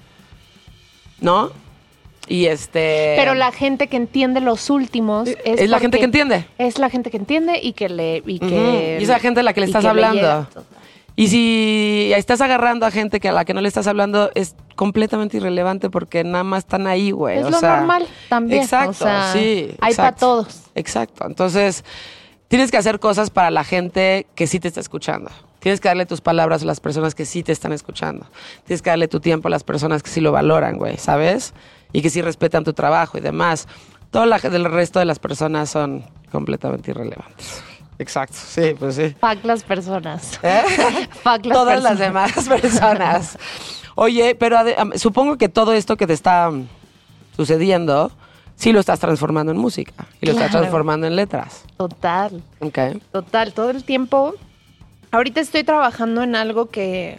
¿No? Y Pero la gente que entiende los últimos es la gente que entiende. Es la gente que entiende y que y esa gente a la que le estás hablando. Y si estás agarrando a gente a la que no le estás hablando, es completamente irrelevante porque nada más están ahí, güey. Es lo normal también. Exacto, o sea, sí. Hay para todos. Exacto. Entonces, tienes que hacer cosas para la gente que sí te está escuchando. Tienes que darle tus palabras a las personas que sí te están escuchando. Tienes que darle tu tiempo a las personas que sí lo valoran, güey, ¿sabes? Y que sí respetan tu trabajo y demás. Todo el resto de las personas son completamente irrelevantes. Exacto, sí, pues sí. Fuck las personas. Fuck todas las demás personas. Oye, pero supongo que todo esto que te está sucediendo, sí lo estás transformando en música. Y lo estás transformando en letras. Total. Okay. Total, todo el tiempo. Ahorita estoy trabajando en algo que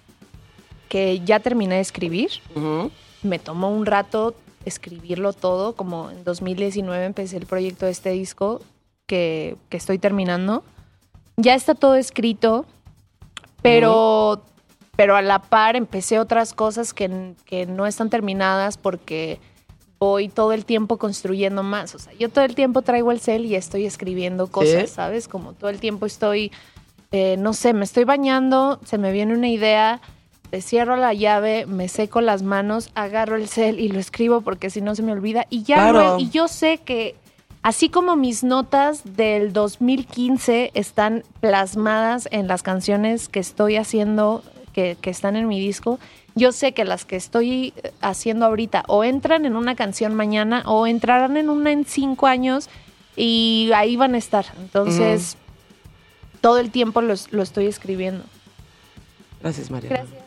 ya terminé de escribir. Uh-huh. Me tomó un rato escribirlo todo. Como en 2019 empecé el proyecto de este disco. que estoy terminando. Ya está todo escrito, pero a la par empecé otras cosas que no están terminadas porque voy todo el tiempo construyendo más. O sea, yo todo el tiempo traigo el cel y estoy escribiendo cosas, ¿sabes? Como todo el tiempo estoy, no sé, me estoy bañando, se me viene una idea, le cierro la llave, me seco las manos, agarro el cel y lo escribo porque si no se me olvida. Y ya Claro. y yo sé que así como mis notas del 2015 están plasmadas en las canciones que estoy haciendo, que están en mi disco, yo sé que las que estoy haciendo ahorita o entran en una canción mañana o entrarán en una en 5 años y ahí van a estar. Entonces, todo el tiempo lo estoy escribiendo. Gracias, María. Gracias.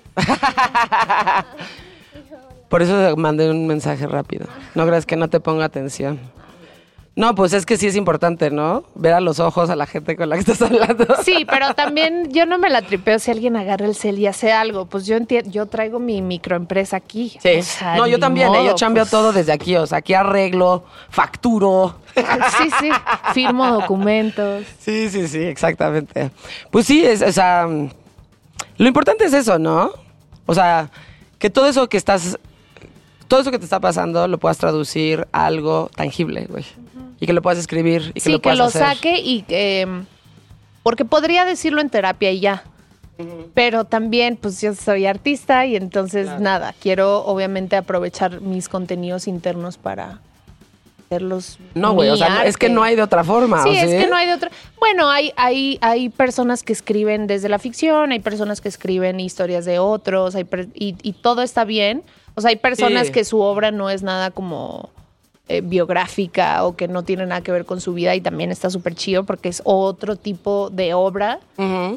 Por eso mandé un mensaje rápido. No creas que no te ponga atención. No, pues es que sí es importante, ¿no? Ver a los ojos a la gente con la que estás hablando. Sí, pero también yo no me la tripeo si alguien agarra el cel y hace algo. Pues yo traigo mi microempresa aquí. Sí. O sea, No, yo ni también, modo, yo chambeo pues. todo desde aquí. O sea, aquí arreglo, facturo. Sí, firmo documentos. Sí, exactamente. Pues sí, o sea, lo importante es eso, ¿no? O sea, que todo eso que te está pasando lo puedas traducir a algo tangible, güey. Y que lo puedas escribir y que Sí, lo que puedas lo hacer. saque y porque podría decirlo en terapia y ya. Pero también, pues yo soy artista y entonces nada, quiero obviamente aprovechar mis contenidos internos para hacerlos. No, güey, o mi sea, es que arte. no hay de otra forma. Sí, ¿o es que no hay de otra. Bueno, hay personas que escriben desde la ficción, hay personas que escriben historias de otros, y todo está bien. O sea, hay personas Sí. que su obra no es nada como biográfica o que no tiene nada que ver con su vida y también está súper chido porque es otro tipo de obra. Ujú.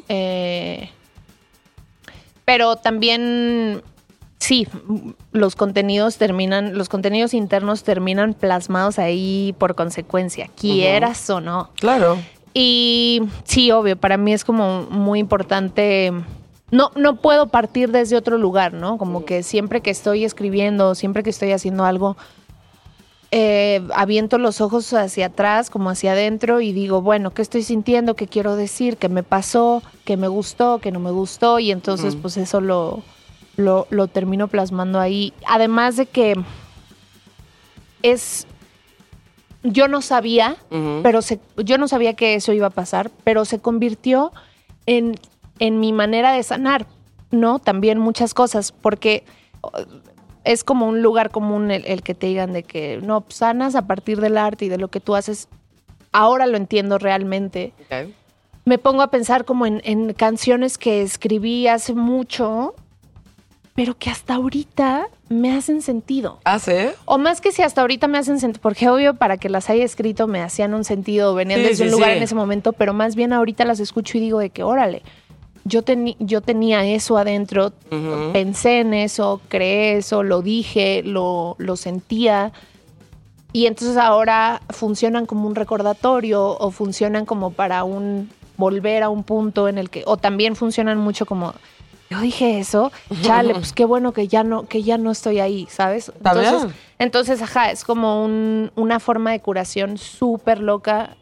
Pero también, sí, los contenidos internos terminan plasmados ahí por consecuencia, quieras o no. Claro. Y sí, obvio, para mí es como muy importante. No puedo partir desde otro lugar, ¿no? Como que siempre que estoy escribiendo, siempre que estoy haciendo algo, aviento los ojos hacia atrás, como hacia adentro, y digo, bueno, ¿qué estoy sintiendo? ¿Qué quiero decir? ¿Qué me pasó? ¿Qué me gustó? ¿Qué no me gustó? Y entonces, pues eso lo termino plasmando ahí. Además de que yo no sabía, yo no sabía que eso iba a pasar, pero se convirtió en mi manera de sanar, ¿no? También muchas cosas, porque es como un lugar común el que te digan de que no, sanas a partir del arte y de lo que tú haces. Ahora lo entiendo realmente. Okay. Me pongo a pensar como en canciones que escribí hace mucho, pero que hasta ahorita me hacen sentido. ¿Ah, sí? O más que si hasta ahorita me hacen sentido, porque obvio para que las haya escrito me hacían un sentido, venían Sí, desde un sí, lugar sí. en ese momento, pero más bien ahorita las escucho y digo de que órale, yo tenía eso adentro, pensé en eso, creé eso, lo dije, lo sentía. Y entonces ahora funcionan como un recordatorio o funcionan como para volver a un punto en el que, o también funcionan mucho como, yo dije eso, chale, pues qué bueno que ya no estoy ahí, ¿sabes? Entonces, ajá, es como una forma de curación súper loca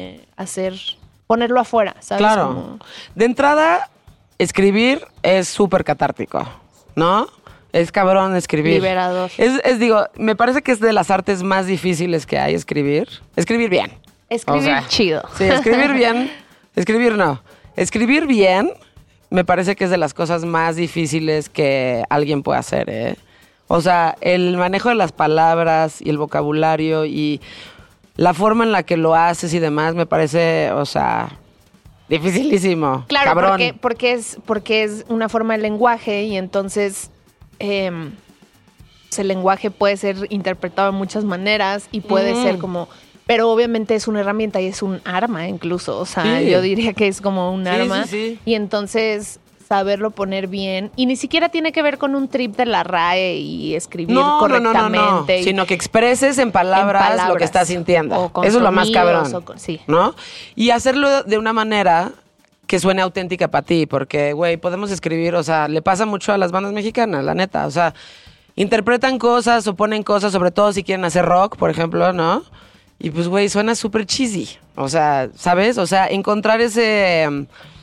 ponerlo afuera, ¿sabes? Claro. Como, De entrada, escribir es súper catártico, ¿no? Es cabrón escribir. liberador. Digo, me parece que es de las artes más difíciles que hay escribir. Escribir bien. Escribir O sea, chido. Sí, escribir bien. Escribir no. Escribir bien me parece que es de las cosas más difíciles que alguien puede hacer, ¿eh? O sea, el manejo de las palabras y el vocabulario y la forma en la que lo haces y demás me parece, o sea, dificilísimo. Claro, cabrón. porque es una forma de lenguaje y entonces el lenguaje puede ser interpretado de muchas maneras y puede ser como... Pero obviamente es una herramienta y es un arma incluso. O sea, Sí. yo diría que es como un Sí, arma. sí, sí. Y entonces saberlo poner bien. Y ni siquiera tiene que ver con un trip de la RAE y escribir correctamente. Sino que expreses en palabras lo que estás sintiendo. O con Eso es lo más sonidos, cabrón. sí. ¿No? Y hacerlo de una manera que suene auténtica para ti, porque, güey, podemos escribir, o sea, le pasa mucho a las bandas mexicanas, la neta, o sea, interpretan cosas o ponen cosas, sobre todo si quieren hacer rock, por ejemplo, ¿no? Y pues, güey, suena súper cheesy. O sea, ¿sabes? O sea, encontrar ese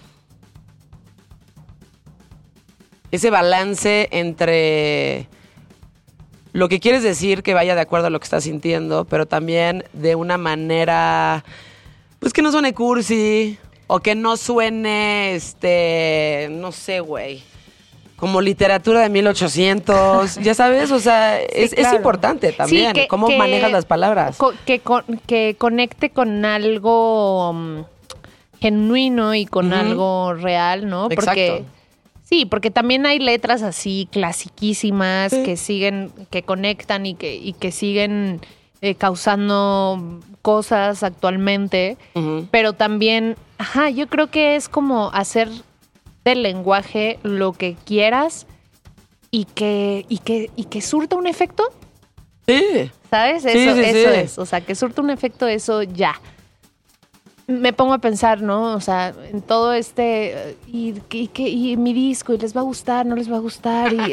balance entre lo que quieres decir que vaya de acuerdo a lo que estás sintiendo, pero también de una manera, pues que no suene cursi o que no suene, no sé, güey, como literatura de 1800, ya sabes, o sea, es importante también, sí, cómo manejas las palabras. Que conecte con algo genuino y con algo real, ¿no? Exacto. Porque sí, porque también hay letras así clasiquísimas que siguen, que conectan y que siguen causando cosas actualmente, pero también, yo creo que es como hacer del lenguaje lo que quieras y que surta un efecto. Sí. ¿Sabes? Eso es. O sea, que surta un efecto, eso ya. Me pongo a pensar, ¿no? O sea, en todo y mi disco, y les va a gustar, no les va a gustar, y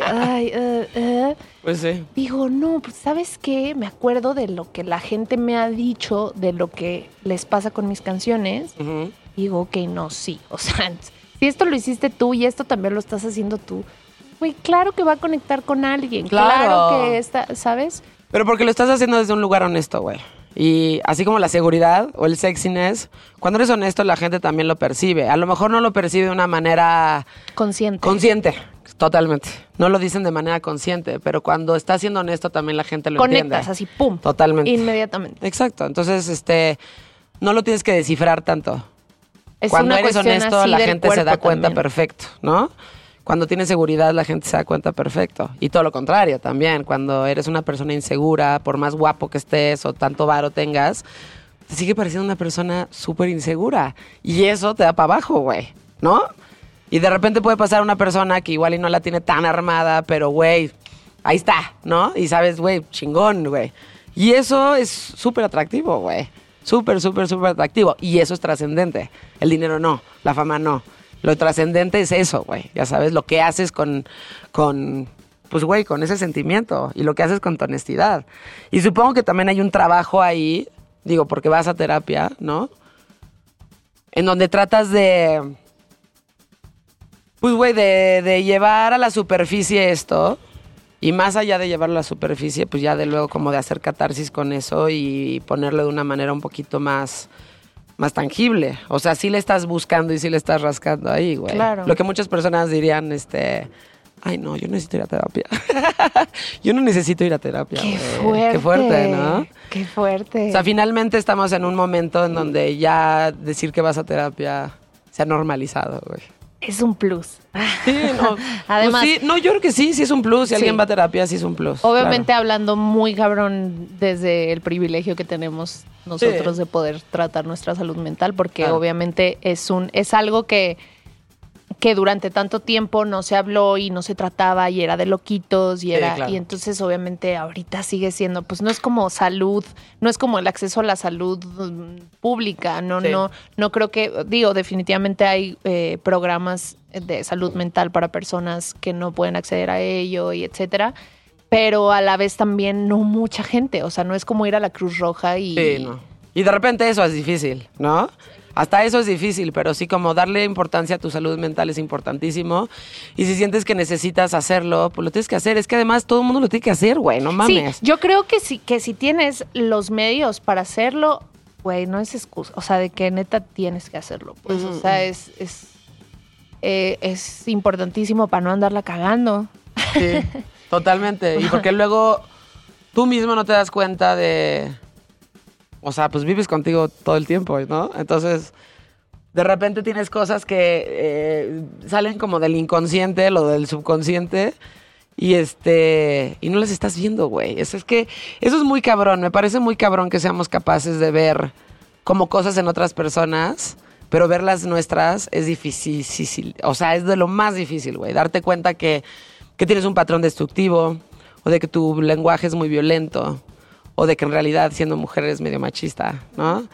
Pues sí. Digo, no, pues ¿sabes qué? Me acuerdo de lo que la gente me ha dicho, de lo que les pasa con mis canciones. Digo, ok, no, sí. O sea, si esto lo hiciste tú y esto también lo estás haciendo tú, güey, claro que va a conectar con alguien. Claro que está, ¿sabes? Pero porque lo estás haciendo desde un lugar honesto, güey. Y así como la seguridad o el sexiness, cuando eres honesto la gente también lo percibe. A lo mejor no lo percibe de una manera... Consciente, totalmente. No lo dicen de manera consciente, pero cuando estás siendo honesto también la gente lo entiende. Conectas así, pum. Totalmente. Inmediatamente. Exacto. Entonces, no lo tienes que descifrar tanto. Cuando eres honesto la gente se da cuenta perfecto, ¿no? Cuando tienes seguridad, la gente se da cuenta perfecto. Y todo lo contrario también. Cuando eres una persona insegura, por más guapo que estés o tanto varo tengas, te sigue pareciendo una persona súper insegura. Y eso te da para abajo, güey, ¿no? Y de repente puede pasar una persona que igual y no la tiene tan armada, pero, güey, ahí está, ¿no? Y sabes, güey, chingón, güey. Y eso es súper atractivo, güey. Súper, súper, súper atractivo. Y eso es trascendente. El dinero no, la fama no. Lo trascendente es eso, güey. Ya sabes, lo que haces con pues, güey, con ese sentimiento. Y lo que haces con tu honestidad. Y supongo que también hay un trabajo ahí, digo, porque vas a terapia, ¿no? En donde tratas de, pues, güey, de llevar a la superficie esto. Y más allá de llevarlo a la superficie, pues ya de luego como de hacer catarsis con eso y ponerlo de una manera un poquito más tangible. O sea, sí le estás buscando y sí le estás rascando ahí, güey. Claro. Lo que muchas personas dirían, ay, no, yo necesito ir a terapia. Yo no necesito ir a terapia, Qué güey. fuerte. Qué fuerte, ¿no? Qué fuerte. O sea, finalmente estamos en un momento en donde ya decir que vas a terapia se ha normalizado, güey. Es un plus. Sí, no. Además, pues sí, no, yo creo que sí es un plus. Si alguien va a terapia, sí es un plus. Obviamente claro. Hablando muy cabrón desde el privilegio que tenemos nosotros de poder tratar nuestra salud mental, porque obviamente es algo que durante tanto tiempo no se habló y no se trataba y era de loquitos y era y entonces obviamente ahorita sigue siendo, pues no es como salud, no es como el acceso a la salud pública, no creo que, digo, definitivamente hay programas de salud mental para personas que no pueden acceder a ello y etcétera, pero a la vez también no mucha gente, o sea, no es como ir a la Cruz Roja y... Sí, no. Y de repente eso es difícil, ¿no? Hasta eso es difícil, pero sí como darle importancia a tu salud mental es importantísimo. Y si sientes que necesitas hacerlo, pues lo tienes que hacer. Es que además todo el mundo lo tiene que hacer, güey, no mames. Sí, yo creo que si tienes los medios para hacerlo, güey, no es excusa. O sea, de que neta tienes que hacerlo. Pues, o sea, es importantísimo para no andarla cagando. Sí, totalmente. Y porque luego tú mismo no te das cuenta de... O sea, pues vives contigo todo el tiempo, ¿no? Entonces, de repente tienes cosas que salen como del inconsciente, lo del subconsciente, y y no las estás viendo, güey. Eso es muy cabrón. Me parece muy cabrón que seamos capaces de ver como cosas en otras personas, pero ver las nuestras es difícil. O sea, es de lo más difícil, güey. Darte cuenta que tienes un patrón destructivo, o de que tu lenguaje es muy violento, o de que en realidad siendo mujer eres medio machista, ¿no?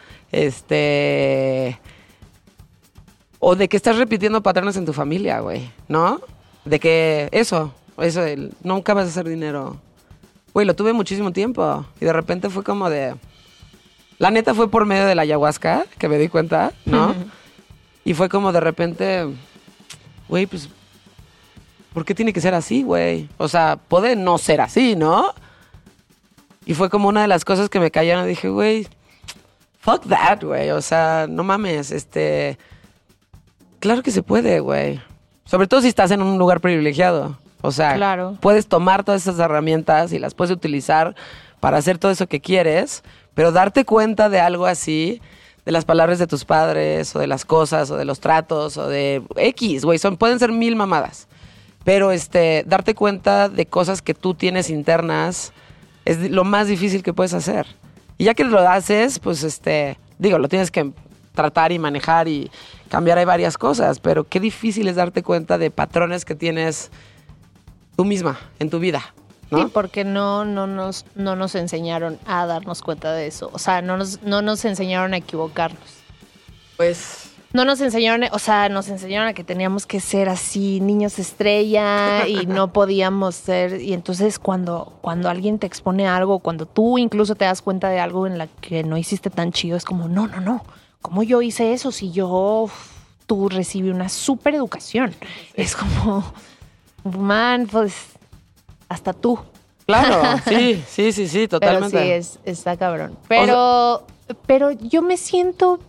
O de que estás repitiendo patrones en tu familia, güey, ¿no? De que eso, nunca vas a hacer dinero. Güey, lo tuve muchísimo tiempo y de repente fue como de... La neta fue por medio de la ayahuasca que me di cuenta, ¿no? Y fue como de repente, güey, pues, ¿por qué tiene que ser así, güey? O sea, puede no ser así, ¿no? Y fue como una de las cosas que me cayeron. Dije, güey, fuck that, güey. O sea, no mames, claro que se puede, güey. Sobre todo si estás en un lugar privilegiado. O sea, Claro. puedes tomar todas esas herramientas y las puedes utilizar para hacer todo eso que quieres, pero darte cuenta de algo así, de las palabras de tus padres, o de las cosas, o de los tratos, o de X, güey, pueden ser 1000 mamadas. Pero darte cuenta de cosas que tú tienes internas es lo más difícil que puedes hacer. Y ya que lo haces, pues lo tienes que tratar y manejar y cambiar hay varias cosas, pero qué difícil es darte cuenta de patrones que tienes tú misma en tu vida, ¿no? Sí, porque no nos enseñaron a darnos cuenta de eso. O sea, no nos enseñaron a equivocarnos. Pues No nos enseñaron, o sea, nos enseñaron a que teníamos que ser así, niños estrella, y no podíamos ser. Y entonces cuando alguien te expone algo, cuando tú incluso te das cuenta de algo en la que no hiciste tan chido, es como, no. ¿Cómo yo hice eso si tú recibí una súper educación? Es como, man, pues, hasta tú. claro, sí, totalmente. Pero sí, está cabrón. Pero yo me siento...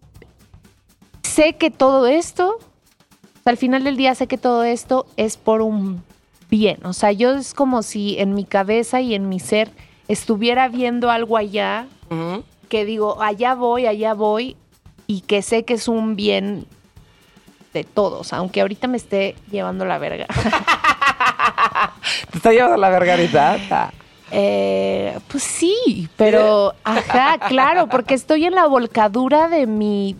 Sé que todo esto, al final del día sé que todo esto es por un bien. O sea, yo es como si en mi cabeza y en mi ser estuviera viendo algo allá, Ujú. que digo, allá voy, y que sé que es un bien de todos, aunque ahorita me esté llevando la verga. ¿Te está llevando la verga ahorita? Pues sí, pero ajá, claro, porque estoy en la volcadura de mi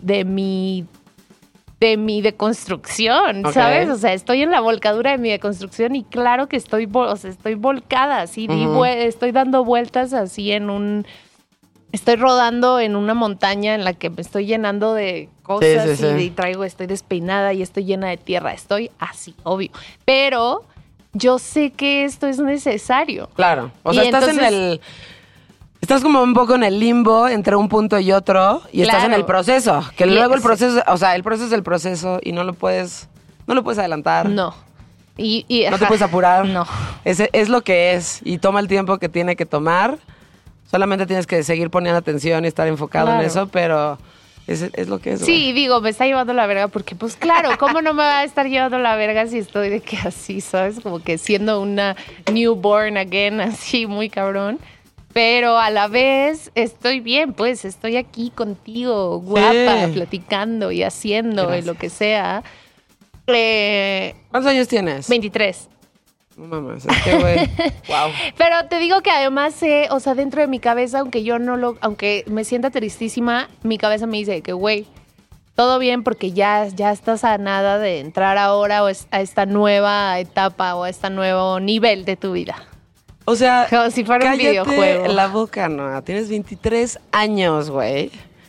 deconstrucción, Ok. ¿sabes? O sea, estoy en la volcadura de mi deconstrucción y claro que estoy volcada, así, Ujú. estoy dando vueltas así estoy rodando en una montaña en la que me estoy llenando de cosas Sí. y estoy despeinada y estoy llena de tierra, estoy así, obvio, pero yo sé que esto es necesario. Claro. O Y sea, estás entonces- estás como un poco en el limbo entre un punto y otro y estás en Claro. el proceso. Que Y luego el es- proceso, o sea, el proceso es el proceso y no lo puedes adelantar. No. Y, No te ajá, puedes apurar. No. Es lo que es y toma el tiempo que tiene que tomar. Solamente tienes que seguir poniendo atención y estar enfocado en Claro. eso, pero es lo que es. güey. Sí, digo, me está llevando la verga porque, pues claro, ¿cómo no me va a estar llevando la verga si estoy de que así, ¿sabes? Como que siendo una newborn again, así, muy cabrón. Pero a la vez estoy bien, pues estoy aquí contigo, guapa, Sí. platicando y haciendo y Gracias. lo que sea. ¿Cuántos años tienes? 23. No mames, es que, güey. Wow. Pero te digo que además sé, o sea, dentro de mi cabeza, aunque me sienta tristísima, mi cabeza me dice que, güey, todo bien porque ya estás a nada de entrar ahora a esta nueva etapa o a este nuevo nivel de tu vida. O sea, Como si fuera un cállate videojuego. la boca, no. Tienes 23 años, güey.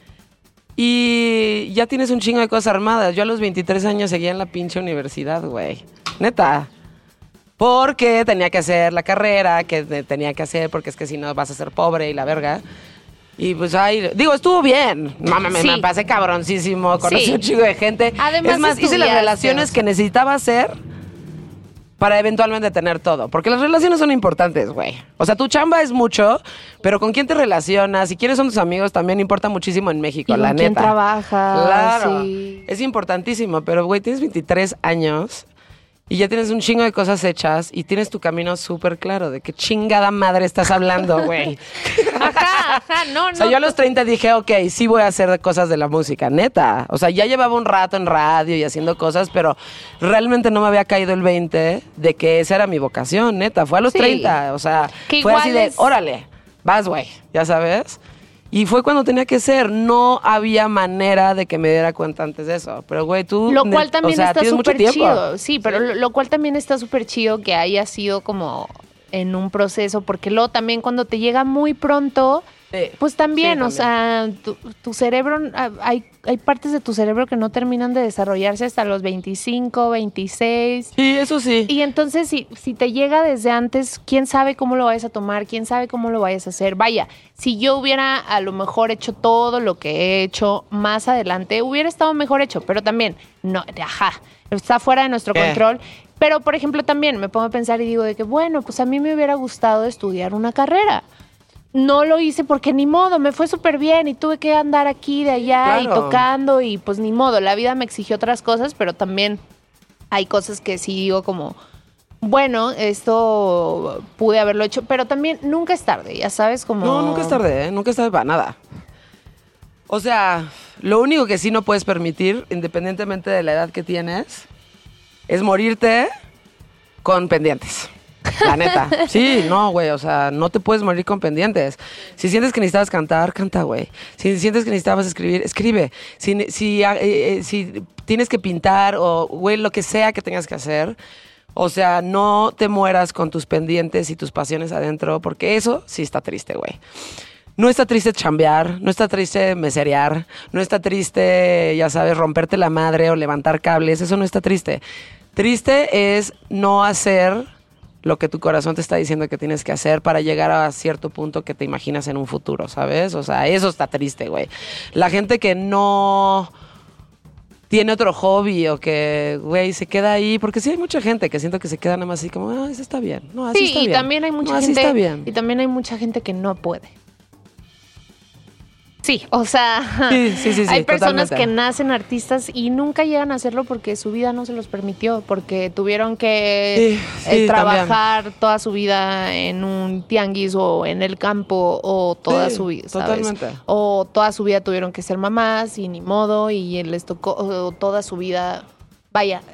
Y ya tienes un chingo de cosas armadas. Yo a los 23 años seguía en la pinche universidad, güey. Neta. Porque tenía que hacer la carrera que tenía que hacer, porque es que si no vas a ser pobre y la verga. Y pues, estuvo bien. Sí. Me pasé cabroncísimo. Conocí Sí. un chingo de gente. Además, es más, hice las estudiaste, relaciones o sea. que necesitaba hacer para eventualmente tener todo. Porque las relaciones son importantes, güey. O sea, tu chamba es mucho, pero con quién te relacionas y quiénes son tus amigos también importa muchísimo en México, ¿Y la con neta. quién trabajas? Claro. Sí. Es importantísimo, pero, güey, tienes 23 años y ya tienes un chingo de cosas hechas y tienes tu camino súper claro de qué chingada madre estás hablando, güey. Ajá, no, O sea, yo a los 30 dije, ok, sí voy a hacer cosas de la música, neta. O sea, ya llevaba un rato en radio y haciendo cosas, pero realmente no me había caído el 20 de que esa era mi vocación, neta. Fue a los Sí. 30, o sea, Que fue igual así de, es- órale, vas, güey, ya sabes. Y fue cuando tenía que ser. No había manera de que me diera cuenta antes de eso. Pero, güey, tú... Lo cual también o sea, está tienes mucho súper tiempo. chido. Sí, pero lo cual también está súper chido que haya sido como en un proceso, porque luego también cuando te llega muy pronto, Sí. Pues también, Sí, o sea, tu cerebro, hay partes de tu cerebro que no terminan de desarrollarse hasta los 25, 26. Sí, eso sí. Y entonces, si te llega desde antes, quién sabe cómo lo vayas a tomar, quién sabe cómo lo vayas a hacer. Vaya, si yo hubiera a lo mejor hecho todo lo que he hecho más adelante, hubiera estado mejor hecho, pero también, no, está fuera de nuestro control. Pero, por ejemplo, también me pongo a pensar y digo de que, bueno, pues a mí me hubiera gustado estudiar una carrera. No lo hice porque ni modo, me fue súper bien y tuve que andar aquí, de allá y tocando y pues ni modo. La vida me exigió otras cosas, pero también hay cosas que sí digo como, bueno, esto pude haberlo hecho, pero también nunca es tarde, ya sabes, como... No, nunca es tarde, nunca es tarde para nada. O sea, lo único que sí no puedes permitir, independientemente de la edad que tienes, es morirte con pendientes. La neta. Sí, no, güey, o sea, no te puedes morir con pendientes. Si sientes que necesitabas cantar, canta, güey. Si sientes que necesitabas escribir, escribe. Si tienes que pintar o, güey, lo que sea que tengas que hacer, o sea, no te mueras con tus pendientes y tus pasiones adentro, porque eso sí está triste, güey. No está triste chambear, no está triste meserear, no está triste, ya sabes, romperte la madre o levantar cables, eso no está triste. Triste es no hacer lo que tu corazón te está diciendo que tienes que hacer para llegar a cierto punto que te imaginas en un futuro, ¿sabes? O sea, eso está triste, güey. La gente que no tiene otro hobby o que, güey, se queda ahí, porque sí hay mucha gente que siento que se queda nada más así como, eso está bien. No, así está bien. Sí, y también hay mucha gente, está bien. Y también hay mucha gente que no puede. Sí, o sea, sí, hay personas totalmente. que nacen artistas y nunca llegan a hacerlo porque su vida no se los permitió, porque tuvieron que trabajar también toda su vida en un tianguis o en el campo o toda su vida, ¿sabes? Totalmente. O toda su vida tuvieron que ser mamás y ni modo y les tocó toda su vida. Vaya,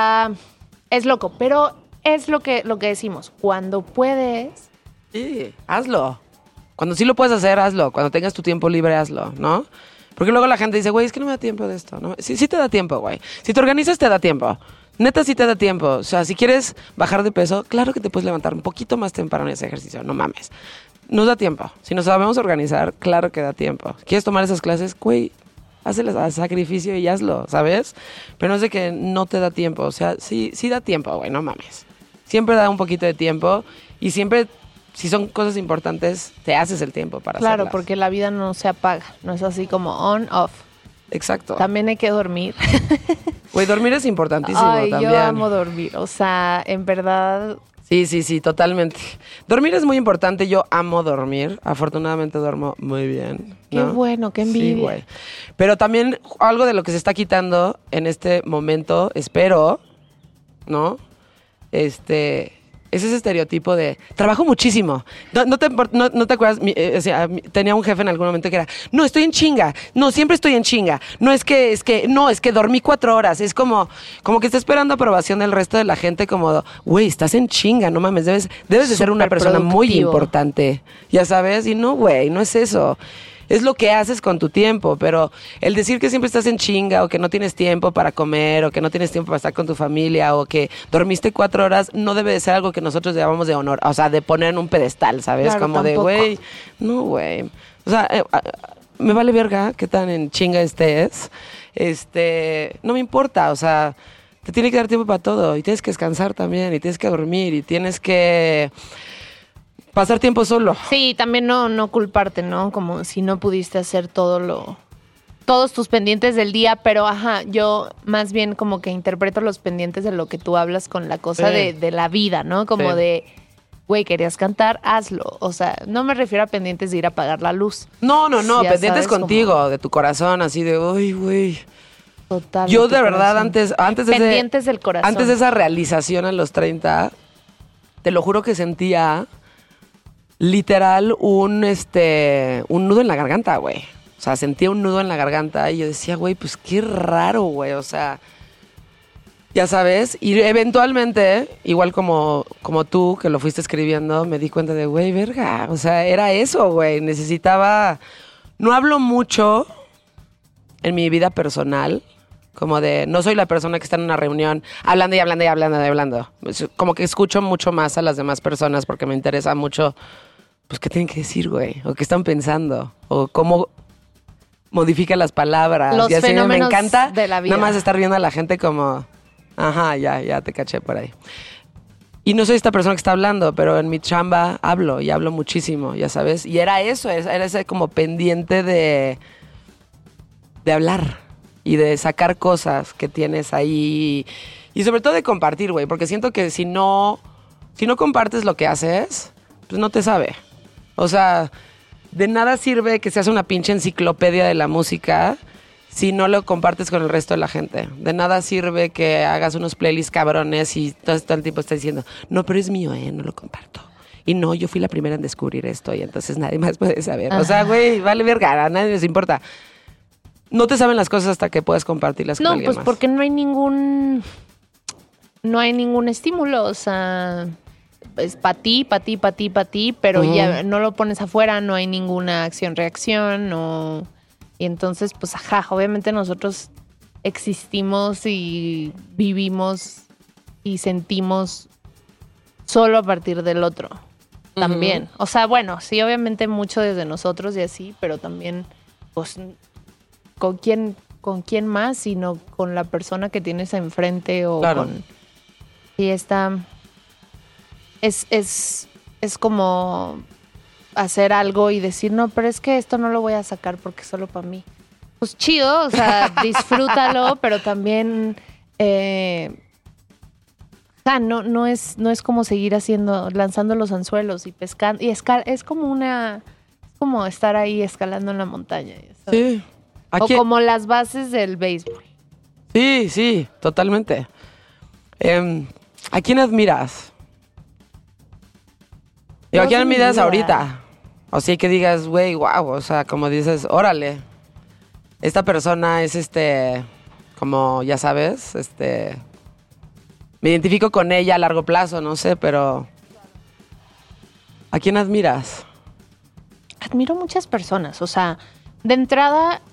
es loco, pero es lo que decimos, cuando puedes. Sí, hazlo. Cuando sí lo puedes hacer, hazlo. Cuando tengas tu tiempo libre, hazlo, ¿no? Porque luego la gente dice, güey, es que no me da tiempo de esto. ¿No? Sí te da tiempo, güey. Si te organizas, te da tiempo. Neta, sí te da tiempo. O sea, si quieres bajar de peso, claro que te puedes levantar un poquito más temprano en ese ejercicio. No mames. Nos da tiempo. Si nos sabemos organizar, claro que da tiempo. ¿Quieres tomar esas clases? Güey, hazle el sacrificio y hazlo, ¿sabes? Pero no es de que no te da tiempo. O sea, sí da tiempo, güey, no mames. Siempre da un poquito de tiempo y siempre... Si son cosas importantes, te haces el tiempo para hacerlas. Claro, porque la vida no se apaga, no es así como on, off. Exacto. También hay que dormir. Güey, dormir es importantísimo también. Yo amo dormir, o sea, en verdad... Sí, totalmente. Dormir es muy importante, yo amo dormir. Afortunadamente duermo muy bien, ¿no? Qué bueno, qué envidia. Sí, güey. Pero también algo de lo que se está quitando en este momento, espero, ¿no? Es ese estereotipo de trabajo muchísimo. No te acuerdas, tenía un jefe en algún momento que era, no, estoy en chinga, no, siempre estoy en chinga. No, es que dormí 4 horas. Es como que está esperando aprobación del resto de la gente, como, güey, estás en chinga, no mames, debes de ser una persona muy importante, ya sabes, y no, güey, no es eso. Es lo que haces con tu tiempo, pero el decir que siempre estás en chinga o que no tienes tiempo para comer o que no tienes tiempo para estar con tu familia o que dormiste 4 horas no debe de ser algo que nosotros llamamos de honor, o sea, de poner en un pedestal, ¿sabes? Claro, como tampoco. de, güey, no, güey. O sea, me vale verga qué tan en chinga estés. No me importa, o sea, te tiene que dar tiempo para todo y tienes que descansar también y tienes que dormir y tienes que... pasar tiempo solo. Sí, también no culparte, ¿no? Como si no pudiste hacer todos tus pendientes del día, pero yo más bien como que interpreto los pendientes de lo que tú hablas con la cosa de la vida, ¿no? Como de, güey, querías cantar, hazlo. O sea, no me refiero a pendientes de ir a apagar la luz. No, Ya pendientes sabes, contigo, como... de tu corazón, así de, uy, güey. Total. Yo de verdad, antes de pendientes del corazón. Antes de esa realización a los 30, te lo juro que sentía... literal un nudo en la garganta, güey. O sea, sentía un nudo en la garganta y yo decía, güey, pues qué raro, güey. O sea, ya sabes. Y eventualmente, igual como tú, que lo fuiste escribiendo, me di cuenta de, güey, verga. O sea, era eso, güey. Necesitaba... No hablo mucho en mi vida personal, como de... No soy la persona que está en una reunión hablando y hablando. Como que escucho mucho más a las demás personas porque me interesa mucho... pues, ¿qué tienen que decir, güey? O qué están pensando. O cómo modifica las palabras. Los y así fenómenos me encanta de la vida. nada más estar viendo a la gente como, ajá, ya te caché por ahí. Y no soy esta persona que está hablando, pero en mi chamba hablo y hablo muchísimo, ya sabes. Y era eso, era ese como pendiente de hablar y de sacar cosas que tienes ahí. Y sobre todo de compartir, güey, porque siento que si no compartes lo que haces, pues no te sabe. O sea, de nada sirve que seas una pinche enciclopedia de la música si no lo compartes con el resto de la gente. De nada sirve que hagas unos playlists cabrones y todo el tiempo estás diciendo, no, pero es mío, no lo comparto. Y no, yo fui la primera en descubrir esto y entonces nadie más puede saber. O sea, güey, vale verga, a nadie les importa. No te saben las cosas hasta que puedas compartirlas con alguien más. No, pues porque no hay ningún estímulo, o sea, es para ti, pero ya no lo pones afuera, no hay ninguna acción-reacción, no. Y entonces, pues, obviamente nosotros existimos y vivimos y sentimos solo a partir del otro, también. O sea, bueno, sí, obviamente mucho desde nosotros y así, pero también, pues, ¿con quién más? Sino con la persona que tienes enfrente o claro. con... Sí, está... Es como hacer algo y decir, no, pero es que esto no lo voy a sacar porque es solo para mí. Pues chido, o sea, disfrútalo, pero también... no es como seguir lanzando los anzuelos y pescando. Y es como estar ahí escalando en la montaña. ¿Sabes? Sí. O como las bases del béisbol. Sí, totalmente. ¿A quién admiras? ¿A quién admiras ahorita? O sí que digas, güey, wow, o sea, como dices, órale. Esta persona es como, ya sabes, me identifico con ella a largo plazo, no sé, pero ¿a quién admiras? Admiro muchas personas, o sea, de entrada,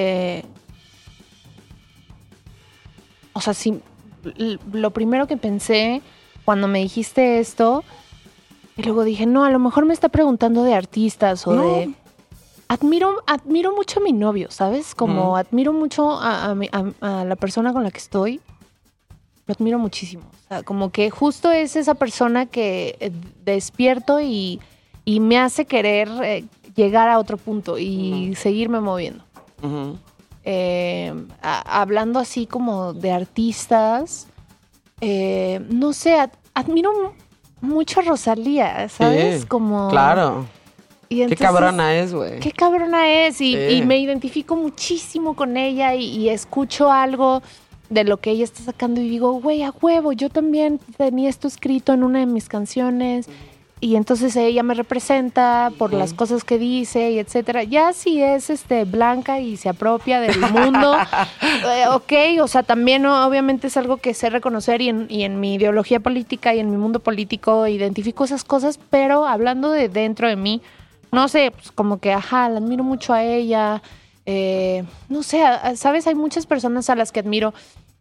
o sea, sí, lo primero que pensé cuando me dijiste esto, y luego dije, no, a lo mejor me está preguntando de artistas o de... Admiro mucho a mi novio, ¿sabes? Como admiro mucho a la persona con la que estoy. Lo admiro muchísimo. O sea, como que justo es esa persona que despierto y me hace querer llegar a otro punto y seguirme moviendo. Uh-huh. Hablando así como de artistas, no sé, admiro mucho a Rosalía, ¿sabes? Sí, como... Claro. Y entonces, qué cabrona es, güey. Qué cabrona es. Y me identifico muchísimo con ella y escucho algo de lo que ella está sacando y digo, güey, a huevo, yo también tenía esto escrito en una de mis canciones. Y entonces ella me representa por las cosas que dice y etcétera. Ya si es blanca y se apropia del mundo, ok, o sea, también obviamente es algo que sé reconocer y en mi ideología política y en mi mundo político identifico esas cosas, pero hablando de dentro de mí, no sé, pues como que, la admiro mucho a ella. No sé, ¿sabes? Hay muchas personas a las que admiro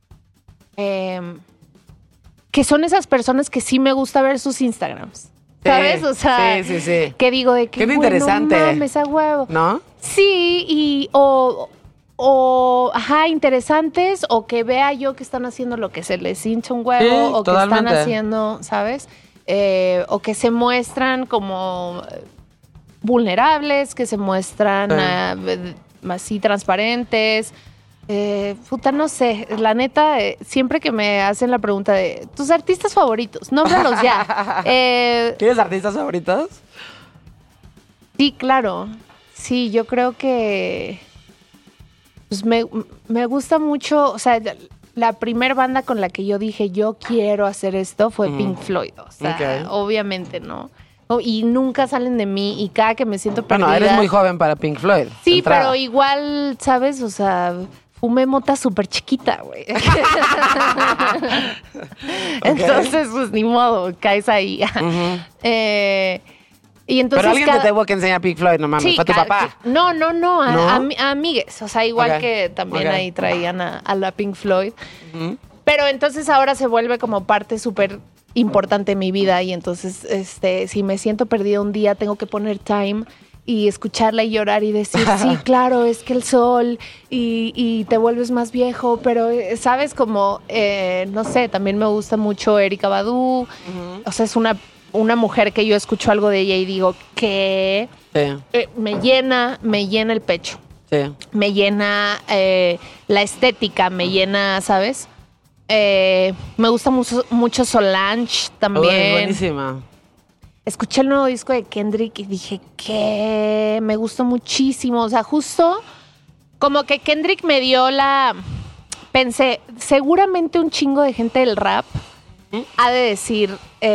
que son esas personas que sí me gusta ver sus Instagrams. ¿Sabes? O sea, sí. que digo de que, qué interesante. No mames, a huevo. ¿No? Sí, interesantes, o que vea yo que están haciendo lo que se les hincha un huevo, Sí, o totalmente. que están haciendo, ¿sabes? O que se muestran como vulnerables, que se muestran así transparentes. No sé, la neta, siempre que me hacen la pregunta de tus artistas favoritos, nómbralos ya. ¿Tienes artistas favoritos? Sí, claro. Sí, yo creo que pues me gusta mucho, o sea, la primer banda con la que yo dije yo quiero hacer esto fue Pink Floyd, o sea, obviamente, ¿no? Y nunca salen de mí y cada que me siento perdida... Bueno, eres muy joven para Pink Floyd. Sí, pero igual, ¿sabes? O sea, fumé mota súper chiquita, güey. Entonces, pues, ni modo, caes ahí. Y entonces pero alguien te tuvo que enseñar Pink Floyd, no mames, sí, fue tu papá. No, a amigues. O sea, igual que también ahí traían a la Pink Floyd. Pero entonces ahora se vuelve como parte súper importante en mi vida y entonces si me siento perdida un día tengo que poner Time y escucharla y llorar y decir, sí, claro, es que el sol y te vuelves más viejo, pero sabes como, no sé, también me gusta mucho Erykah Badu, o sea, es una mujer que yo escucho algo de ella y digo que me llena el pecho, me llena la estética, me llena, ¿sabes? Me gusta mucho Solange también. Uy, buenísima. Escuché el nuevo disco de Kendrick y dije, ¿qué? Me gustó muchísimo. O sea, justo como que Kendrick me dio pensé, seguramente un chingo de gente del rap ha de decir,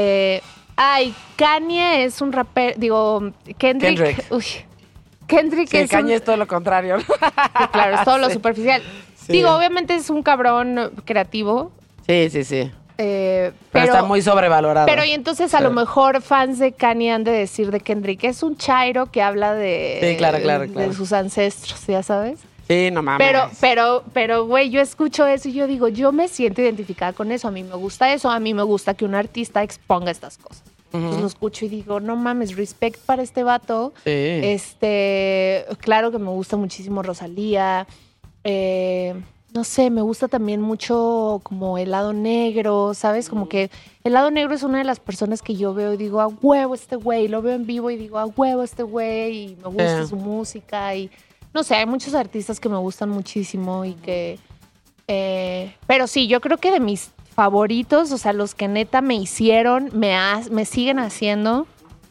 ay, Kanye es un rapper, digo, Kendrick. Uy, Kendrick sí, es Kanye es todo lo contrario. Sí, claro, es todo lo Sí. superficial. Sí. Digo, obviamente es un cabrón creativo. Sí. Pero Pero está muy sobrevalorado. Pero y entonces a lo mejor fans de Kanye han de decir de Kendrick, es un chairo que habla de, Sí, claro. de sus ancestros, ya sabes. Sí, no mames. Pero, güey, yo escucho eso y yo digo, yo me siento identificada con eso, a mí me gusta eso, a mí me gusta que un artista exponga estas cosas. Entonces lo escucho y digo, no mames, respect para este vato. Sí. Claro que me gusta muchísimo Rosalía. No sé, me gusta también mucho como el lado negro, ¿sabes? Como que el lado negro es una de las personas que yo veo y digo, a huevo este güey, lo veo en vivo y digo, a huevo este güey, y me gusta su música y no sé, hay muchos artistas que me gustan muchísimo y que... pero sí, yo creo que de mis favoritos, o sea, los que neta me hicieron, me siguen haciendo,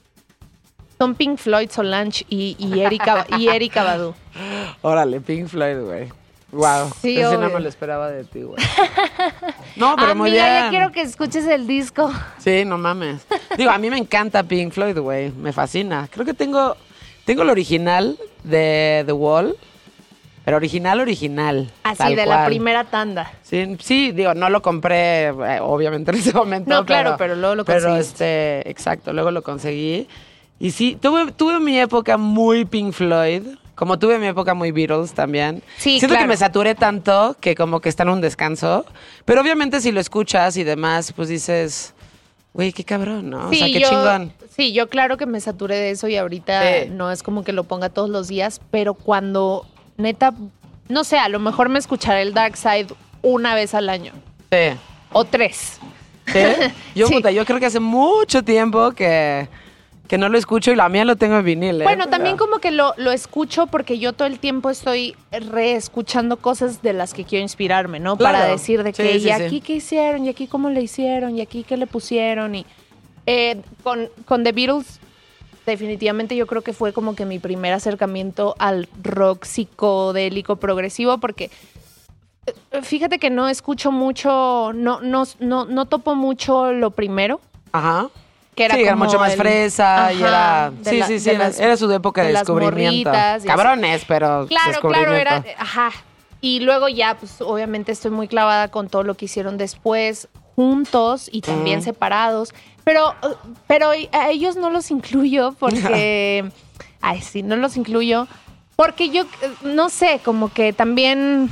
son Pink Floyd, Solange y Erykah Badu. Órale, Pink Floyd, güey. Wow. Sí, ese obvio. no me lo esperaba de ti, güey. No, pero muy Amiga, bien. ya quiero que escuches el disco. Sí, no mames. Digo, a mí me encanta Pink Floyd, güey. Me fascina. Creo que tengo el original de The Wall, pero original. Así, tal de la cual. primera tanda. Sí, digo, no lo compré, obviamente, en ese momento. No, claro, pero luego lo conseguiste. Pero exacto, luego lo conseguí. Y sí, tuve mi época muy Pink Floyd, como tuve mi época muy Beatles también. Sí, Siento claro. que me saturé tanto que como que está en un descanso. Pero obviamente si lo escuchas y demás, pues dices, güey, qué cabrón, ¿no? Sí, o sea, qué chingón. Sí, yo claro que me saturé de eso y ahorita Sí. no es como que lo ponga todos los días, pero cuando neta, no sé, a lo mejor me escucharé el Dark Side una vez al año. Sí. O 3. ¿Sí? Yo, Sí. yo creo que hace mucho tiempo que no lo escucho y la mía lo tengo en vinil, ¿eh? Bueno, también como que lo escucho porque yo todo el tiempo estoy reescuchando cosas de las que quiero inspirarme, ¿no? Claro. Para decir de Sí, que, sí, y aquí sí. qué hicieron, y aquí cómo le hicieron, y aquí qué le pusieron. Y con The Beatles, definitivamente yo creo que fue como que mi primer acercamiento al rock psicodélico progresivo, porque fíjate que no escucho mucho, no topo mucho lo primero. Ajá. Que era sí, era como mucho más fresa y era... de Sí, la- sí, de era, las- era su época de de las descubrimiento. morritas y Cabrones, pero Claro, descubrimiento. era, ajá. Y luego ya, pues obviamente estoy muy clavada con todo lo que hicieron después, juntos y también separados. Pero a ellos no los incluyo porque... Ay, sí, no los incluyo. Porque yo, no sé, como que también...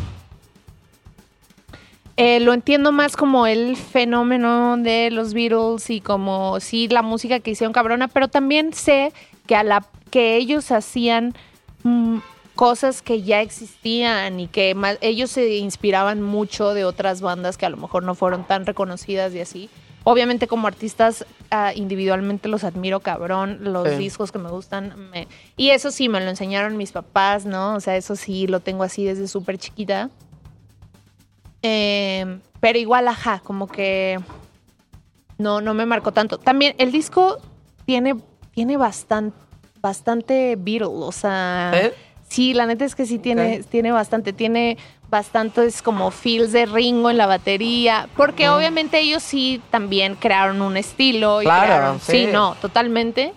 lo entiendo más como el fenómeno de los Beatles y como, sí, la música que hicieron cabrona, pero también sé que ellos hacían cosas que ya existían y que ellos se inspiraban mucho de otras bandas que a lo mejor no fueron tan reconocidas y así. Obviamente como artistas individualmente los admiro cabrón, los Sí. discos que me gustan. Y eso sí, me lo enseñaron mis papás, ¿no? O sea, eso sí, lo tengo así desde súper chiquita. Pero igual, ajá, como que no me marcó tanto. También el disco tiene bastante Beatle, o sea... ¿Eh? Sí, la neta es que sí tiene bastantes como feels de Ringo en la batería, porque obviamente ellos sí también crearon un estilo. Y Claro, crearon, sí. sí, no, totalmente.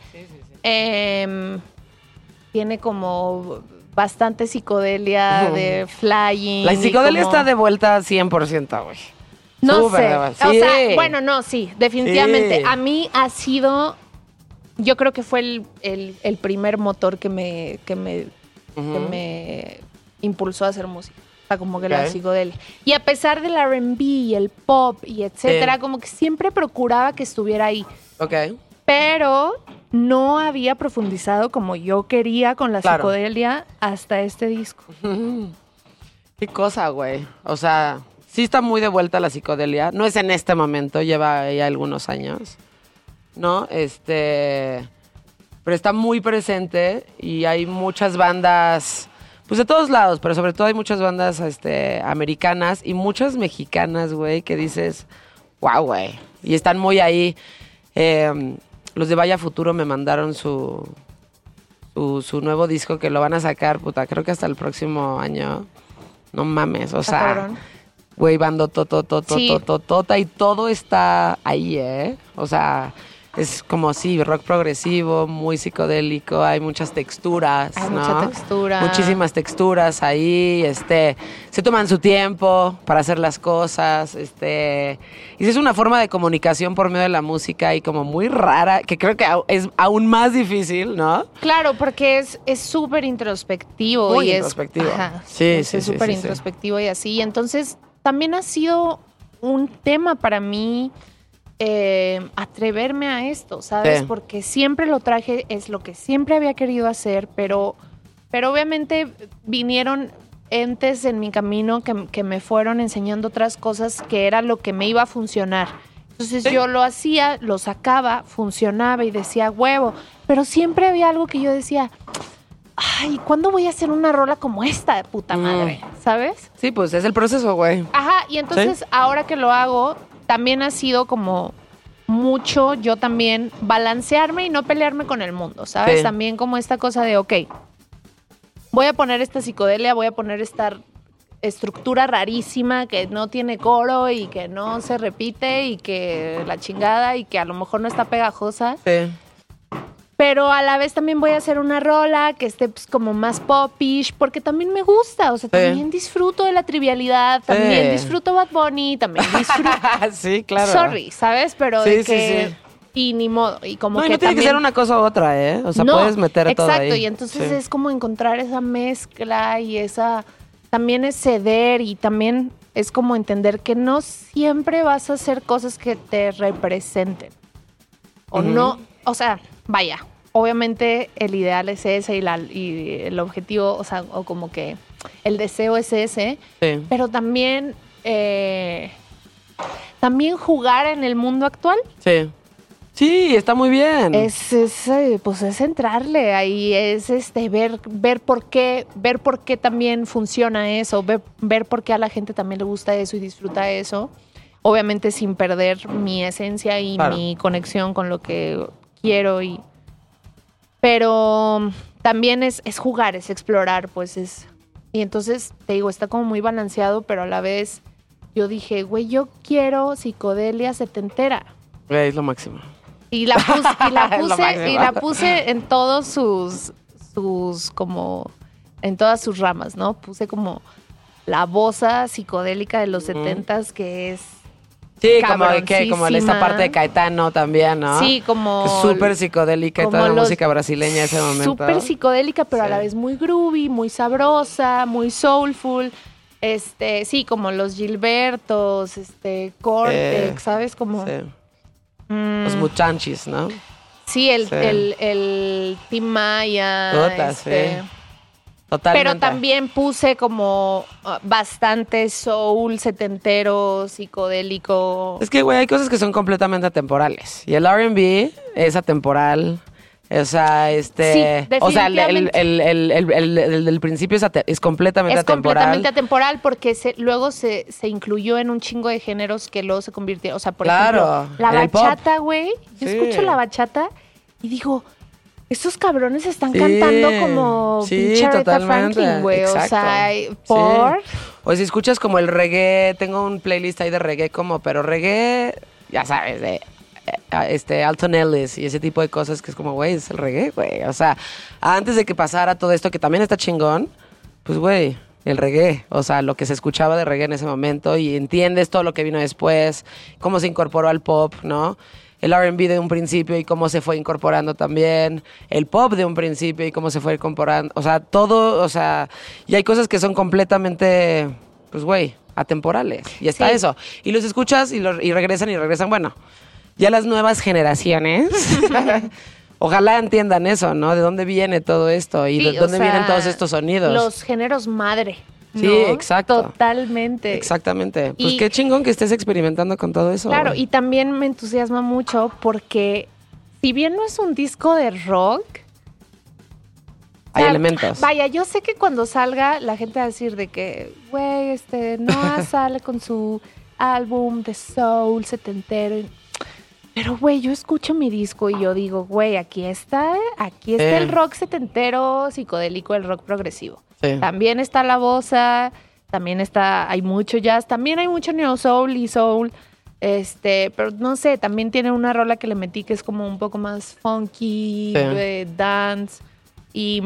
Tiene como bastante psicodelia de flying. La y psicodelia como- está de vuelta 100%, güey. No Súper sé, de o vuelta. Sí. sea, bueno, no, sí, definitivamente. Sí. A mí ha sido, yo creo que fue el primer motor que me impulsó a hacer música. O sea, como que la psicodelia. Y a pesar del R&B y el pop y etcétera, como que siempre procuraba que estuviera ahí. Ok. Pero no había profundizado como yo quería con la psicodelia hasta este disco. Qué cosa, güey. O sea, sí está muy de vuelta la psicodelia. No es en este momento, lleva ya algunos años, ¿no? Pero está muy presente y hay muchas bandas, pues de todos lados, pero sobre todo hay muchas bandas americanas y muchas mexicanas, güey, que dices, wow, güey. Y están muy ahí. Los de Vaya Futuro me mandaron su nuevo disco que lo van a sacar, puta, creo que hasta el próximo año. No mames, o sea, güey, bando tota y todo está ahí, ¿eh? O sea, es como rock progresivo, muy psicodélico, hay muchas texturas, hay ¿no? mucha textura. Muchísimas texturas ahí, se toman su tiempo para hacer las cosas, y es una forma de comunicación por medio de la música y como muy rara, que creo que es aún más difícil, ¿no? Claro, porque es súper introspectivo. Muy y introspectivo. Sí, es súper introspectivo y así. Entonces, también ha sido un tema para mí atreverme a esto, ¿sabes? Sí. Porque siempre lo traje, es lo que siempre había querido hacer, pero obviamente vinieron entes en mi camino que me fueron enseñando otras cosas que era lo que me iba a funcionar. Entonces yo lo hacía, lo sacaba, funcionaba y decía huevo, pero siempre había algo que yo decía, ay, ¿cuándo voy a hacer una rola como esta de puta madre? ¿Sabes? Sí, pues es el proceso, güey. Ajá, y entonces ahora que lo hago, también ha sido como mucho yo también balancearme y no pelearme con el mundo, ¿sabes? Sí. También como esta cosa de, ok, voy a poner esta psicodelia, voy a poner esta estructura rarísima que no tiene coro y que no se repite y que la chingada y que a lo mejor no está pegajosa. Sí. Pero a la vez también voy a hacer una rola que esté pues, como más popish, porque también me gusta, o sea, también disfruto de la trivialidad, también disfruto Bad Bunny, también disfruto... Sí, claro. Sorry, ¿sabes? Pero Sí, de que... sí. Y ni modo, y como No, que y no tiene también... que ser una cosa u otra, ¿eh? O sea, No, puedes meter todo ahí. exacto, y entonces es como encontrar esa mezcla y esa... También es ceder y también es como entender que no siempre vas a hacer cosas que te representen. O no, o sea, vaya, obviamente el ideal es ese y el objetivo, o sea, o como que el deseo es ese, pero también, también jugar en el mundo actual. Sí. Sí, está muy bien. Pues es entrarle ahí, es ver por qué también funciona eso, ver por qué a la gente también le gusta eso y disfruta eso. Obviamente sin perder mi esencia y mi conexión con lo que quiero pero también es jugar, es explorar, pues y entonces te digo, está como muy balanceado, pero a la vez yo dije, güey, yo quiero psicodelia setentera. Güey, es lo máximo. Y la puse en todos sus como en todas sus ramas, ¿no? Puse como la bossa psicodélica de los 70s que es sí, como esta parte de Caetano también, ¿no? Sí, como... Que es súper psicodélica y toda la música brasileña en ese momento. Súper psicodélica, pero a la vez muy groovy, muy sabrosa, muy soulful. Sí, como los Gilbertos, Cortex, ¿sabes? Como... Sí. Los muchachos, ¿no? Sí, el Tim Maya. Sí. Totalmente. Pero también puse como bastante soul, setentero, psicodélico. Es que, güey, hay cosas que son completamente atemporales. Y el R&B es atemporal. O sea, o sea, el del principio es completamente atemporal. Es completamente atemporal porque luego se incluyó en un chingo de géneros que luego se convirtieron. O sea, por ejemplo, la bachata, güey. Yo escucho la bachata y digo, estos cabrones están cantando como pinche Aretha Franklin, güey. O sea, por... O si escuchas como el reggae, tengo un playlist ahí de reggae pero reggae, ya sabes, de... Alton Ellis y ese tipo de cosas que es como, güey, es el reggae, güey. O sea, antes de que pasara todo esto, que también está chingón, pues, güey, el reggae. O sea, lo que se escuchaba de reggae en ese momento y entiendes todo lo que vino después, cómo se incorporó al pop, ¿no? el R&B de un principio y cómo se fue incorporando también, el pop de un principio y cómo se fue incorporando, o sea, todo, o sea, y hay cosas que son completamente, pues güey, atemporales, y está Sí. eso, y los escuchas y regresan, bueno, ya las nuevas generaciones, ojalá entiendan eso, ¿no? De dónde viene todo esto y Sí, de dónde o sea, vienen todos estos sonidos. Los géneros madre. Sí, ¿no? exacto. Totalmente. Exactamente. Pues Y- qué chingón que estés experimentando con todo eso. Claro, güey. y también me entusiasma mucho porque si bien no es un disco de rock, Hay o sea, elementos. Vaya, yo sé que cuando salga la gente va a decir de que, güey, Noah sale con su álbum de soul setentero. Pero, güey, yo escucho mi disco y yo digo, güey, aquí está el rock setentero psicodélico, el rock progresivo. Sí. También está la bossa, también hay mucho jazz, también hay mucho neo soul y soul. Pero no sé, también tiene una rola que le metí que es como un poco más funky, Sí. dance. Y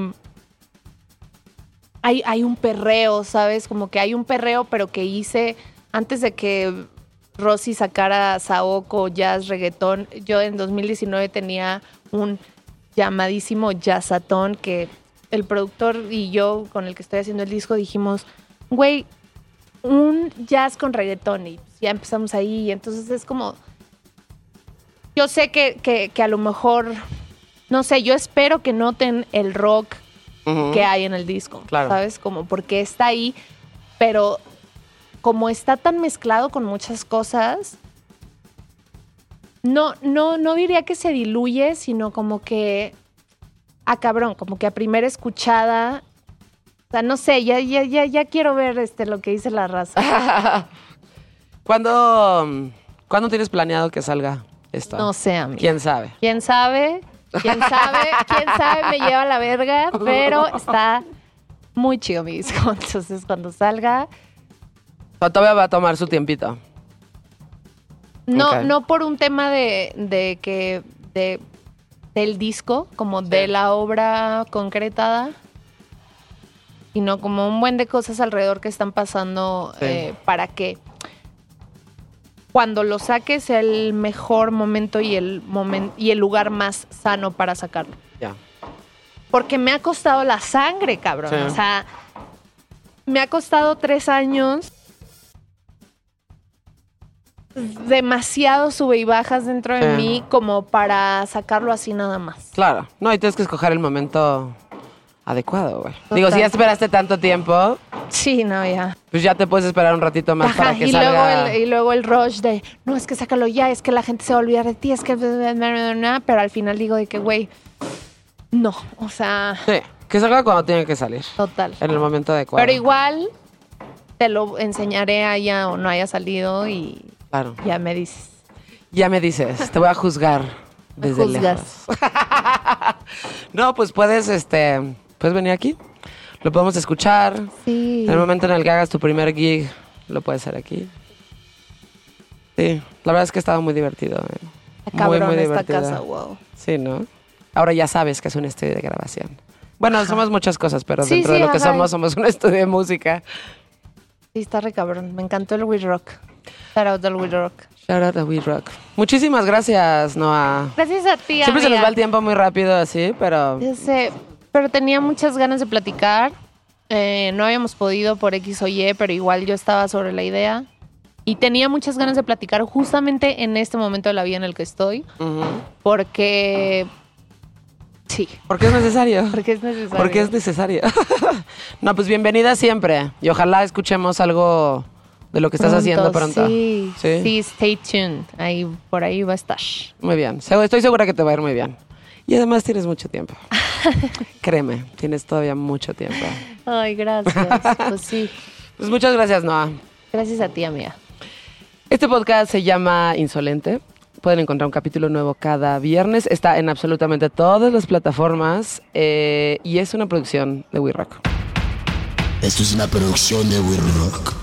hay un perreo, ¿sabes? Como que hay un perreo, pero que hice antes de que Rosy sacara Saoko, jazz, reggaetón. Yo en 2019 tenía un llamadísimo jazzatón que el productor y yo, con el que estoy haciendo el disco, dijimos, güey, un jazz con reggaetón. Y ya empezamos ahí. Y entonces es como... Yo sé que a lo mejor... No sé, yo espero que noten el rock Ujú. que hay en el disco, Claro. ¿sabes? Como porque está ahí, pero como está tan mezclado con muchas cosas, no diría que se diluye, sino como que, cabrón, como que a primera escuchada, o sea, no sé, ya quiero ver lo que dice la raza. ¿Cuándo tienes planeado que salga esto? No sé, amigo. ¿Quién sabe? ¿Quién sabe? ¿Quién sabe? ¿Quién sabe? Me lleva a la verga, pero está muy chido mi disco. Entonces, cuando salga, O todavía va a tomar su tiempito. no, Ok. no por un tema del disco, como de la obra concretada, sino como un buen de cosas alrededor que están pasando Sí. para que cuando lo saques sea el mejor momento y el lugar más sano para sacarlo. Ya. Porque me ha costado la sangre, cabrón. Sí. O sea, me ha costado 3 años. Demasiado sube y bajas dentro de Sí. mí como para sacarlo así nada más. Claro. No, y tienes que escoger el momento adecuado, güey. Total. Digo, si ya esperaste tanto tiempo, Sí, no, ya. pues ya te puedes esperar un ratito más Ajá, para que y salga. luego el rush de, no, es que sácalo ya, es que la gente se va a olvidar de ti, es que... Pero al final digo de que, güey, no, o sea, Sí, que salga cuando tiene que salir. total. En el momento adecuado. Pero igual te lo enseñaré haya o no haya salido y Claro. ya me dices. Ya me dices, te voy a juzgar desde juzgas. lejos. No, pues puedes venir aquí. Lo podemos escuchar. Sí. En el momento en el que hagas tu primer gig, lo puedes hacer aquí. Sí, la verdad es que ha estado muy divertido. Está cabrón muy esta divertido. casa, wow. Sí, ¿no? Ahora ya sabes que es un estudio de grabación. Bueno, somos muchas cosas, pero Sí, dentro sí, de lo que ajá. somos un estudio de música. Sí, está re cabrón. Me encantó el We Rock. Shout out al We Rock. Shout out a We Rock. Muchísimas gracias, Noah. Gracias a ti, Siempre se nos amiga. va el tiempo muy rápido así, pero... Ya sé, pero tenía muchas ganas de platicar. No habíamos podido por X o Y, pero igual yo estaba sobre la idea. Y tenía muchas ganas de platicar justamente en este momento de la vida en el que estoy. Ujú. Porque... Sí, Porque es necesario. porque es necesario. Porque es necesario. No, pues bienvenida siempre. Y ojalá escuchemos algo de lo que estás haciendo pronto. Sí, Sí. sí, stay tuned. Ahí, por ahí va a estar. Muy bien. Estoy segura que te va a ir muy bien. Y además tienes mucho tiempo. Créeme, tienes todavía mucho tiempo. Ay, gracias. Pues sí. Pues muchas gracias, Noah. Gracias a ti, amiga. Este podcast se llama Insolente. Pueden encontrar un capítulo nuevo cada viernes. Está en absolutamente todas las plataformas. Y es una producción de We Rock. Esto es una producción de We Rock.